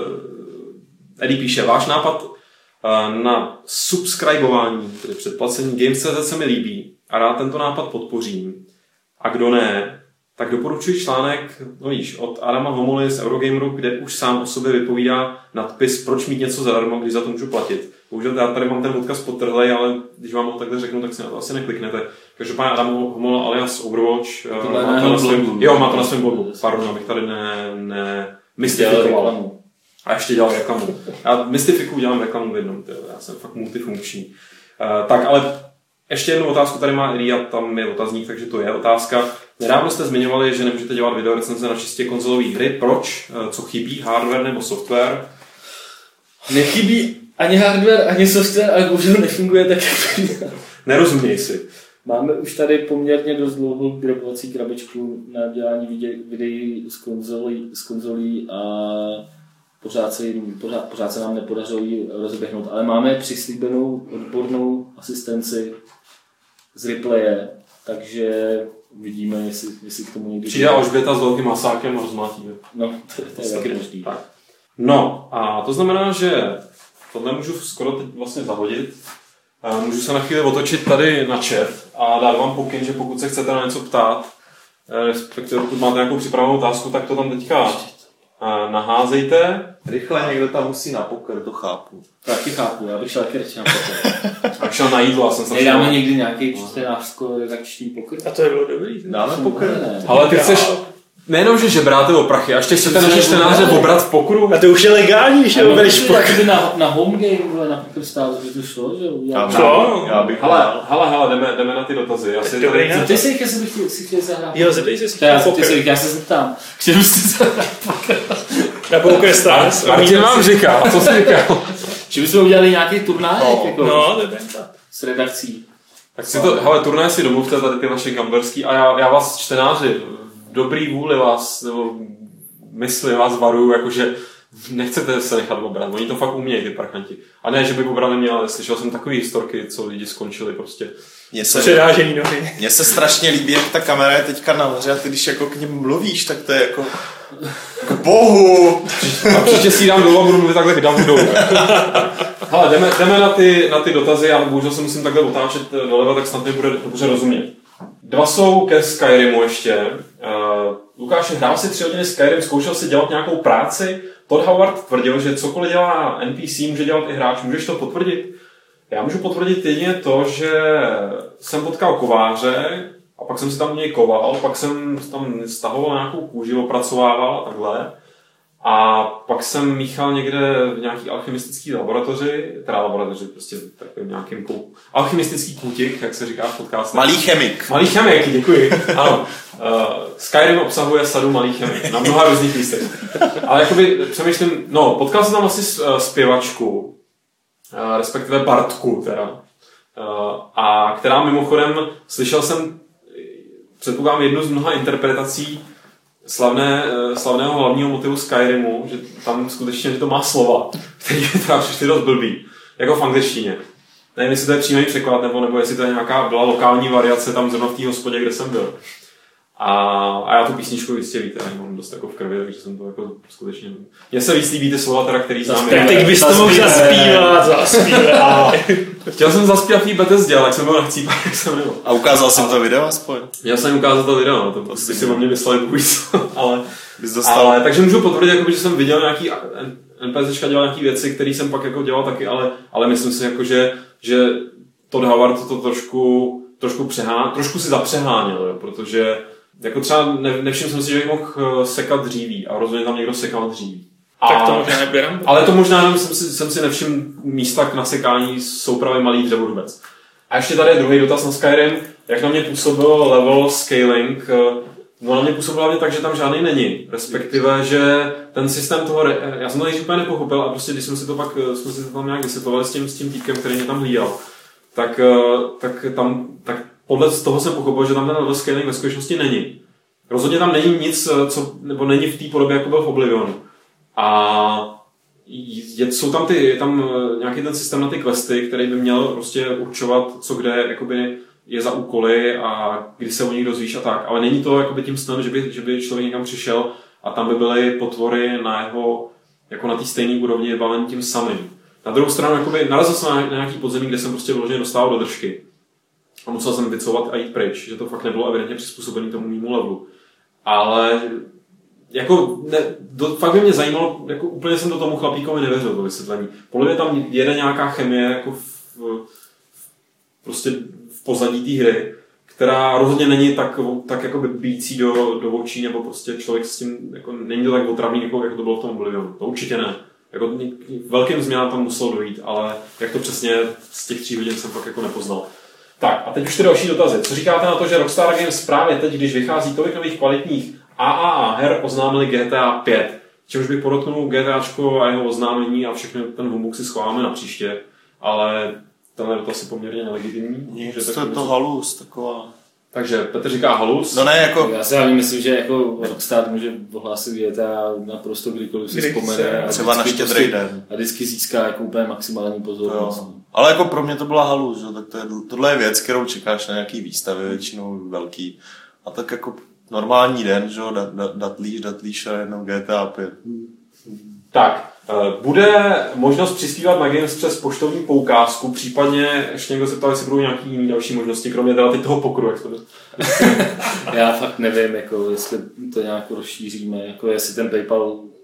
Eddie píše, váš nápad na subscribování, tedy předplacení Games.cz se mi líbí a rád tento nápad podpořím. A kdo ne, tak doporučuji článek, no víš, od Adama Homoly z Eurogameru, kde už sám o sobě vypovídá nadpis, proč mít něco zadarmo, když za to můžu platit. Bohužel já tady mám ten odkaz podtrhlej, ale když vám ho takhle řeknu, tak si na to asi nekliknete. Každopádně Adam Homola alias Overwatch má to na svém blogu. Pardon, abych tady mystifikoval. A ještě dělal reklamu. Já mystifikuju, dělám reklamu v jednom, já jsem fakt multifunkční. Tak ale ještě jednu otázku tady má Elia, tam je otazník, takže to je otázka. Nedávno jste zmiňovali, že nemůžete dělat videorecenze na čistě konzolové hry. Proč? Co chybí? Hardware nebo software? Nechybí ani hardware, ani software, ale bohužel nefunguje tak, jak Nerozuměj si. Máme už tady poměrně dost dlouhou grabovací krabičku na dělání videí z konzolí a pořád se nám nepodařilo ji rozběhnout, ale máme přislíbenou odbornou asistenci z Replaye, takže vidíme, jestli k tomu někdy... Přijde Alžběta s velkým masákem a rozmlátíme. No, to je taky možný. No, a to znamená, že tohle můžu skoro teď vlastně zahodit. Můžu se na chvíli otočit tady na chat a dát vám pokyn, že pokud se chcete na něco ptát, respektive pokud máte nějakou připravenou otázku, tak to tam teďka naházejte. Rychle někdo tam musí na poker, to chápu. Taky chápu, já bych šel taky radši na poker. A šel na jídlo, já jsem strašně... Nedáme někdy nějaký čtenářsko-redakční poker? A to je bylo dobrý. Dáme poker? Ale ty chceš... Nejenom, že žebráte o prachy, a ještě chcete naše čtenáře obrat v pokru? A to už je legální, že jo, bereš poker. Na home game, na poker stále, že to šlo, že jo? Já bych... Hele, jdeme na ty dotazy. Zeptej se jich, jestli bych si chtěl zahrát. Jo, zeptej se, jestli chtěl poker. Já se zeptám. Chtěl bych si zahrát poker. Na Poker Stars. Martin vám říká, co jsi říkal? Že bychom udělali nějaký turnaj? No, to je benta. S redakcí. Tak si to, hele, turnaj si domluvte tady ty vaše gamberský a já vás čtenáři, v dobrý vůli vás, nebo mysli vás varuju, jakože nechcete se nechat obrat, oni to fakt umějí, ty parchanti. A ne, že by obrany měl, ale slyšel jsem takový historky, co lidi skončili prostě. Předážený nohy. Mně se strašně líbí, jak ta kamera je teďka nahoře a ty když jako k němu mluvíš, tak to je jako k bohu. A příště si dám dolů a budu mluvit takhle k Davidu. Hele, jdeme na ty dotazy, ale bohužel se musím takhle otáčet doleva, tak snad mi bude dobře rozumět. 2 jsou ke Skyrimu ještě. Lukáš, hrál si 3 hodiny Skyrim, zkoušel si dělat nějakou práci. Todd Howard tvrdil, že cokoliv dělá NPC, může dělat i hráč. Můžeš to potvrdit? Já můžu potvrdit jedině to, že jsem potkal kováře a pak jsem si tam u něj koval, pak jsem tam stahoval nějakou kůži, opracovával a takhle. A pak jsem míchal někde v nějaký alchymistický laboratoři, prostě takovým nějakým alchymistický kůtik, jak se říká v podcastu. Malý chemik. Malý chemik, děkuji. Ano. Skyrim obsahuje sadu malých chemik na mnoha různých místech. Ale jakoby přemýšlím, potkal jsem tam asi zpěvačku, respektive Bartku teda. A která mimochodem, slyšel jsem, předpokládám jednu z mnoha interpretací slavného hlavního motivu Skyrimu, že tam skutečně, že to má slova, které teda přišly dost blbý, jako v angličtině. Nevím, jestli to je přímý překlad, nebo jestli to je byla lokální variace tam zrovna v té hospodě, kde jsem byl. A já tu písničku jistě víte, já mám dost jako v krvi, takže jsem to jako skutečně... Mně se víc líbí ty slova, teda, který znám. Tak teď bys to mohl zaspívat. Chtěl jsem zaspívat v Bethesdě, ale jak jsem byl nachcípat, jak jsem nebyl. A ukázal jsem to video aspoň? Já jsem ukázal to video, to si o mě mysleli půjc, ale takže můžu potvrdit, jakoby, že jsem viděl nějaký NPCčka dělal nějaký věci, které jsem pak jako dělal taky, ale myslím si, jako, že Todd Howard to trošku si zapřeháněl, jo, protože jako třeba nevšiml jsem si, že bych mohl sekat dříví a rozhodně tam někdo sekal dříví. Tak to možná neběrám. Ale to možná jenom jsem si nevšiml místa k nasekání soupravy malých dřevorubec. A ještě tady je druhý dotaz na Skyrim, jak na mě působil level scaling. No na mě působil hlavně tak, že tam žádný není. Respektive, že ten systém toho, já jsem to nejdřív úplně nepochopil a prostě když jsme si to tam nějak vysvětlovali s tím týpkem, který mě tam hlídal, tak podle toho jsem pochopil, že tam ten level scaling ve skutečnosti není. Rozhodně tam není nic, nebo není v té podobě, jako byl v Oblivionu. A jsou tam nějaký ten systém na ty questy, který by měl prostě určovat, co kde jakoby je za úkoly a kdy se o nich dozvíš a tak. Ale není to jakoby tím snem, že by člověk někam přišel a tam by byly potvory na jeho, jako na té stejné úrovni vybavený tím samým. Na druhou stranu jakoby narazil jsem na nějaký podzemí, kde jsem prostě vyloženě dostával do držky. A musel jsem vycouvat a jít pryč, že to fakt nebylo evidentně přizpůsobené tomu mému levelu. Ale jako fakt by mě zajímalo, jako úplně jsem to tomu chlapíkovi nevěřil, to vysvětlení. Podle mě tam jede nějaká chemie jako prostě v pozadí té hry, která rozhodně není tak jako bijící do očí, nebo prostě člověk s tím, jako, není to tak otravný, jako to bylo v tom Oblivionu. To určitě ne. Jako velkým změnám tam muselo dojít, ale jak to přesně z těch 3 hodin jsem fakt jako nepoznal. Tak a teď už ty další dotazy. Co říkáte na to, že Rockstar Games právě teď, když vychází tolik nových kvalitních AAA her, oznámili GTA 5. Čímž bych podotknul GTAčko a jeho oznámení a všechny ten humbug si schováme na příště, ale tenhle dotaz je poměrně nelegitimní. To je to halus, taková... Takže Petr říká halus. No ne, jako... Já si hlavně myslím, že jako Rockstar může ohlásit GTA naprosto kdykoliv si vzpomene. Třeba na Štědrý den. A vždycky získá jako úplně maximální pozornost. Jo. Ale jako pro mě to byla halus, že? Tak tohle je věc, kterou čekáš na nějaký výstavy, většinou velký. A tak jako normální den, že? Datlíš a jenom GTA 5. Tak, bude možnost přispívat na Games přes poštovní poukázku, případně ještě někdo se ptal, jestli budou nějaký jiný další možnosti, kromě teda teď toho pokru, jak to jde. Já fakt nevím, jako, jestli to nějak rozšíříme, jako jestli ten PayPal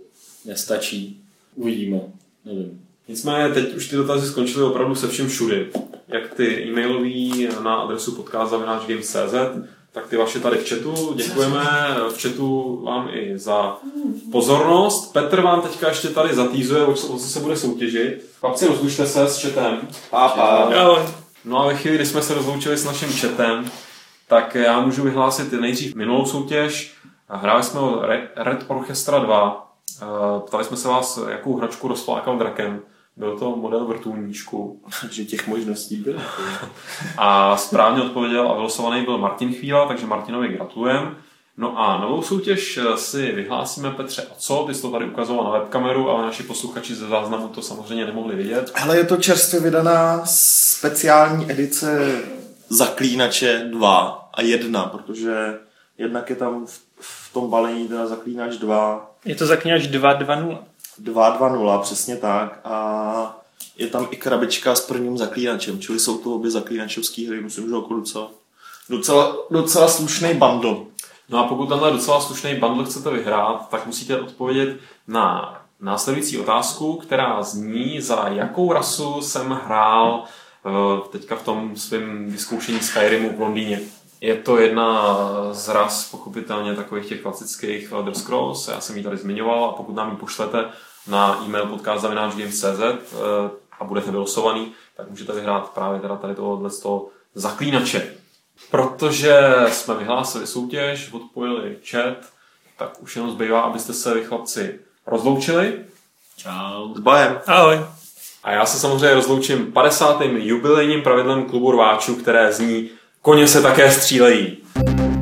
nestačí. Uvidíme, nevím. Nicméně teď už ty dotazy skončily opravdu se vším všudy. Jak ty e-mailový na adresu podcast@games.cz, tak ty vaše tady v chatu. Děkujeme v chatu vám i za pozornost. Petr vám teďka ještě tady zatýzuje, o co se bude soutěžit. Chlapci, rozlučte se s chatem. No a ve chvíli, kdy jsme se rozloučili s naším chatem, tak já můžu vyhlásit nejdřív minulou soutěž. Hráli jsme o Red Orchestra 2. Ptali jsme se vás, jakou hračku rozflákal drakem. Byl to model vrtulníčku. Že těch možností bylo. A správně odpověděl a vylosovaný byl Martin Chvíla, takže Martinovi gratulujeme. No a novou soutěž si vyhlásíme, Petře, a co? Ty jsi to tady ukazoval na webkameru, ale naši posluchači ze záznamu to samozřejmě nemohli vidět. Hele, je to čerstvě vydaná speciální edice Zaklínače 2 a 1, protože jednak je tam v tom balení teda Zaklínač 2. Je to Zaklínač 2.2.0. 2.2.0, přesně tak. A je tam i krabička s prvním zaklínačem, čili jsou to obě zaklínačovské hry, myslím, že jako docela slušný bundle. No a pokud tenhle docela slušný bundle chcete vyhrát, tak musíte odpovědět na následující otázku, která zní, za jakou rasu jsem hrál teďka v tom svém vyzkoušení Skyrimu v Londýně. Je to jedna z ras, pochopitelně, takových těch klasických Elder Scrolls, já jsem ji tady zmiňoval, a pokud nám ji pošlete na e-mail podcast@games.cz a budete vylosovaný, tak můžete vyhrát právě teda tady tohoto zaklínače. Protože jsme vyhlásili soutěž, odpojili chat, tak už jenom zbývá, abyste se vy chlapci rozloučili. Čau. S bajem. Ahoj. A já se samozřejmě rozloučím 50. jubilejním pravidlem klubu rváčů, které zní: koně se také střílejí.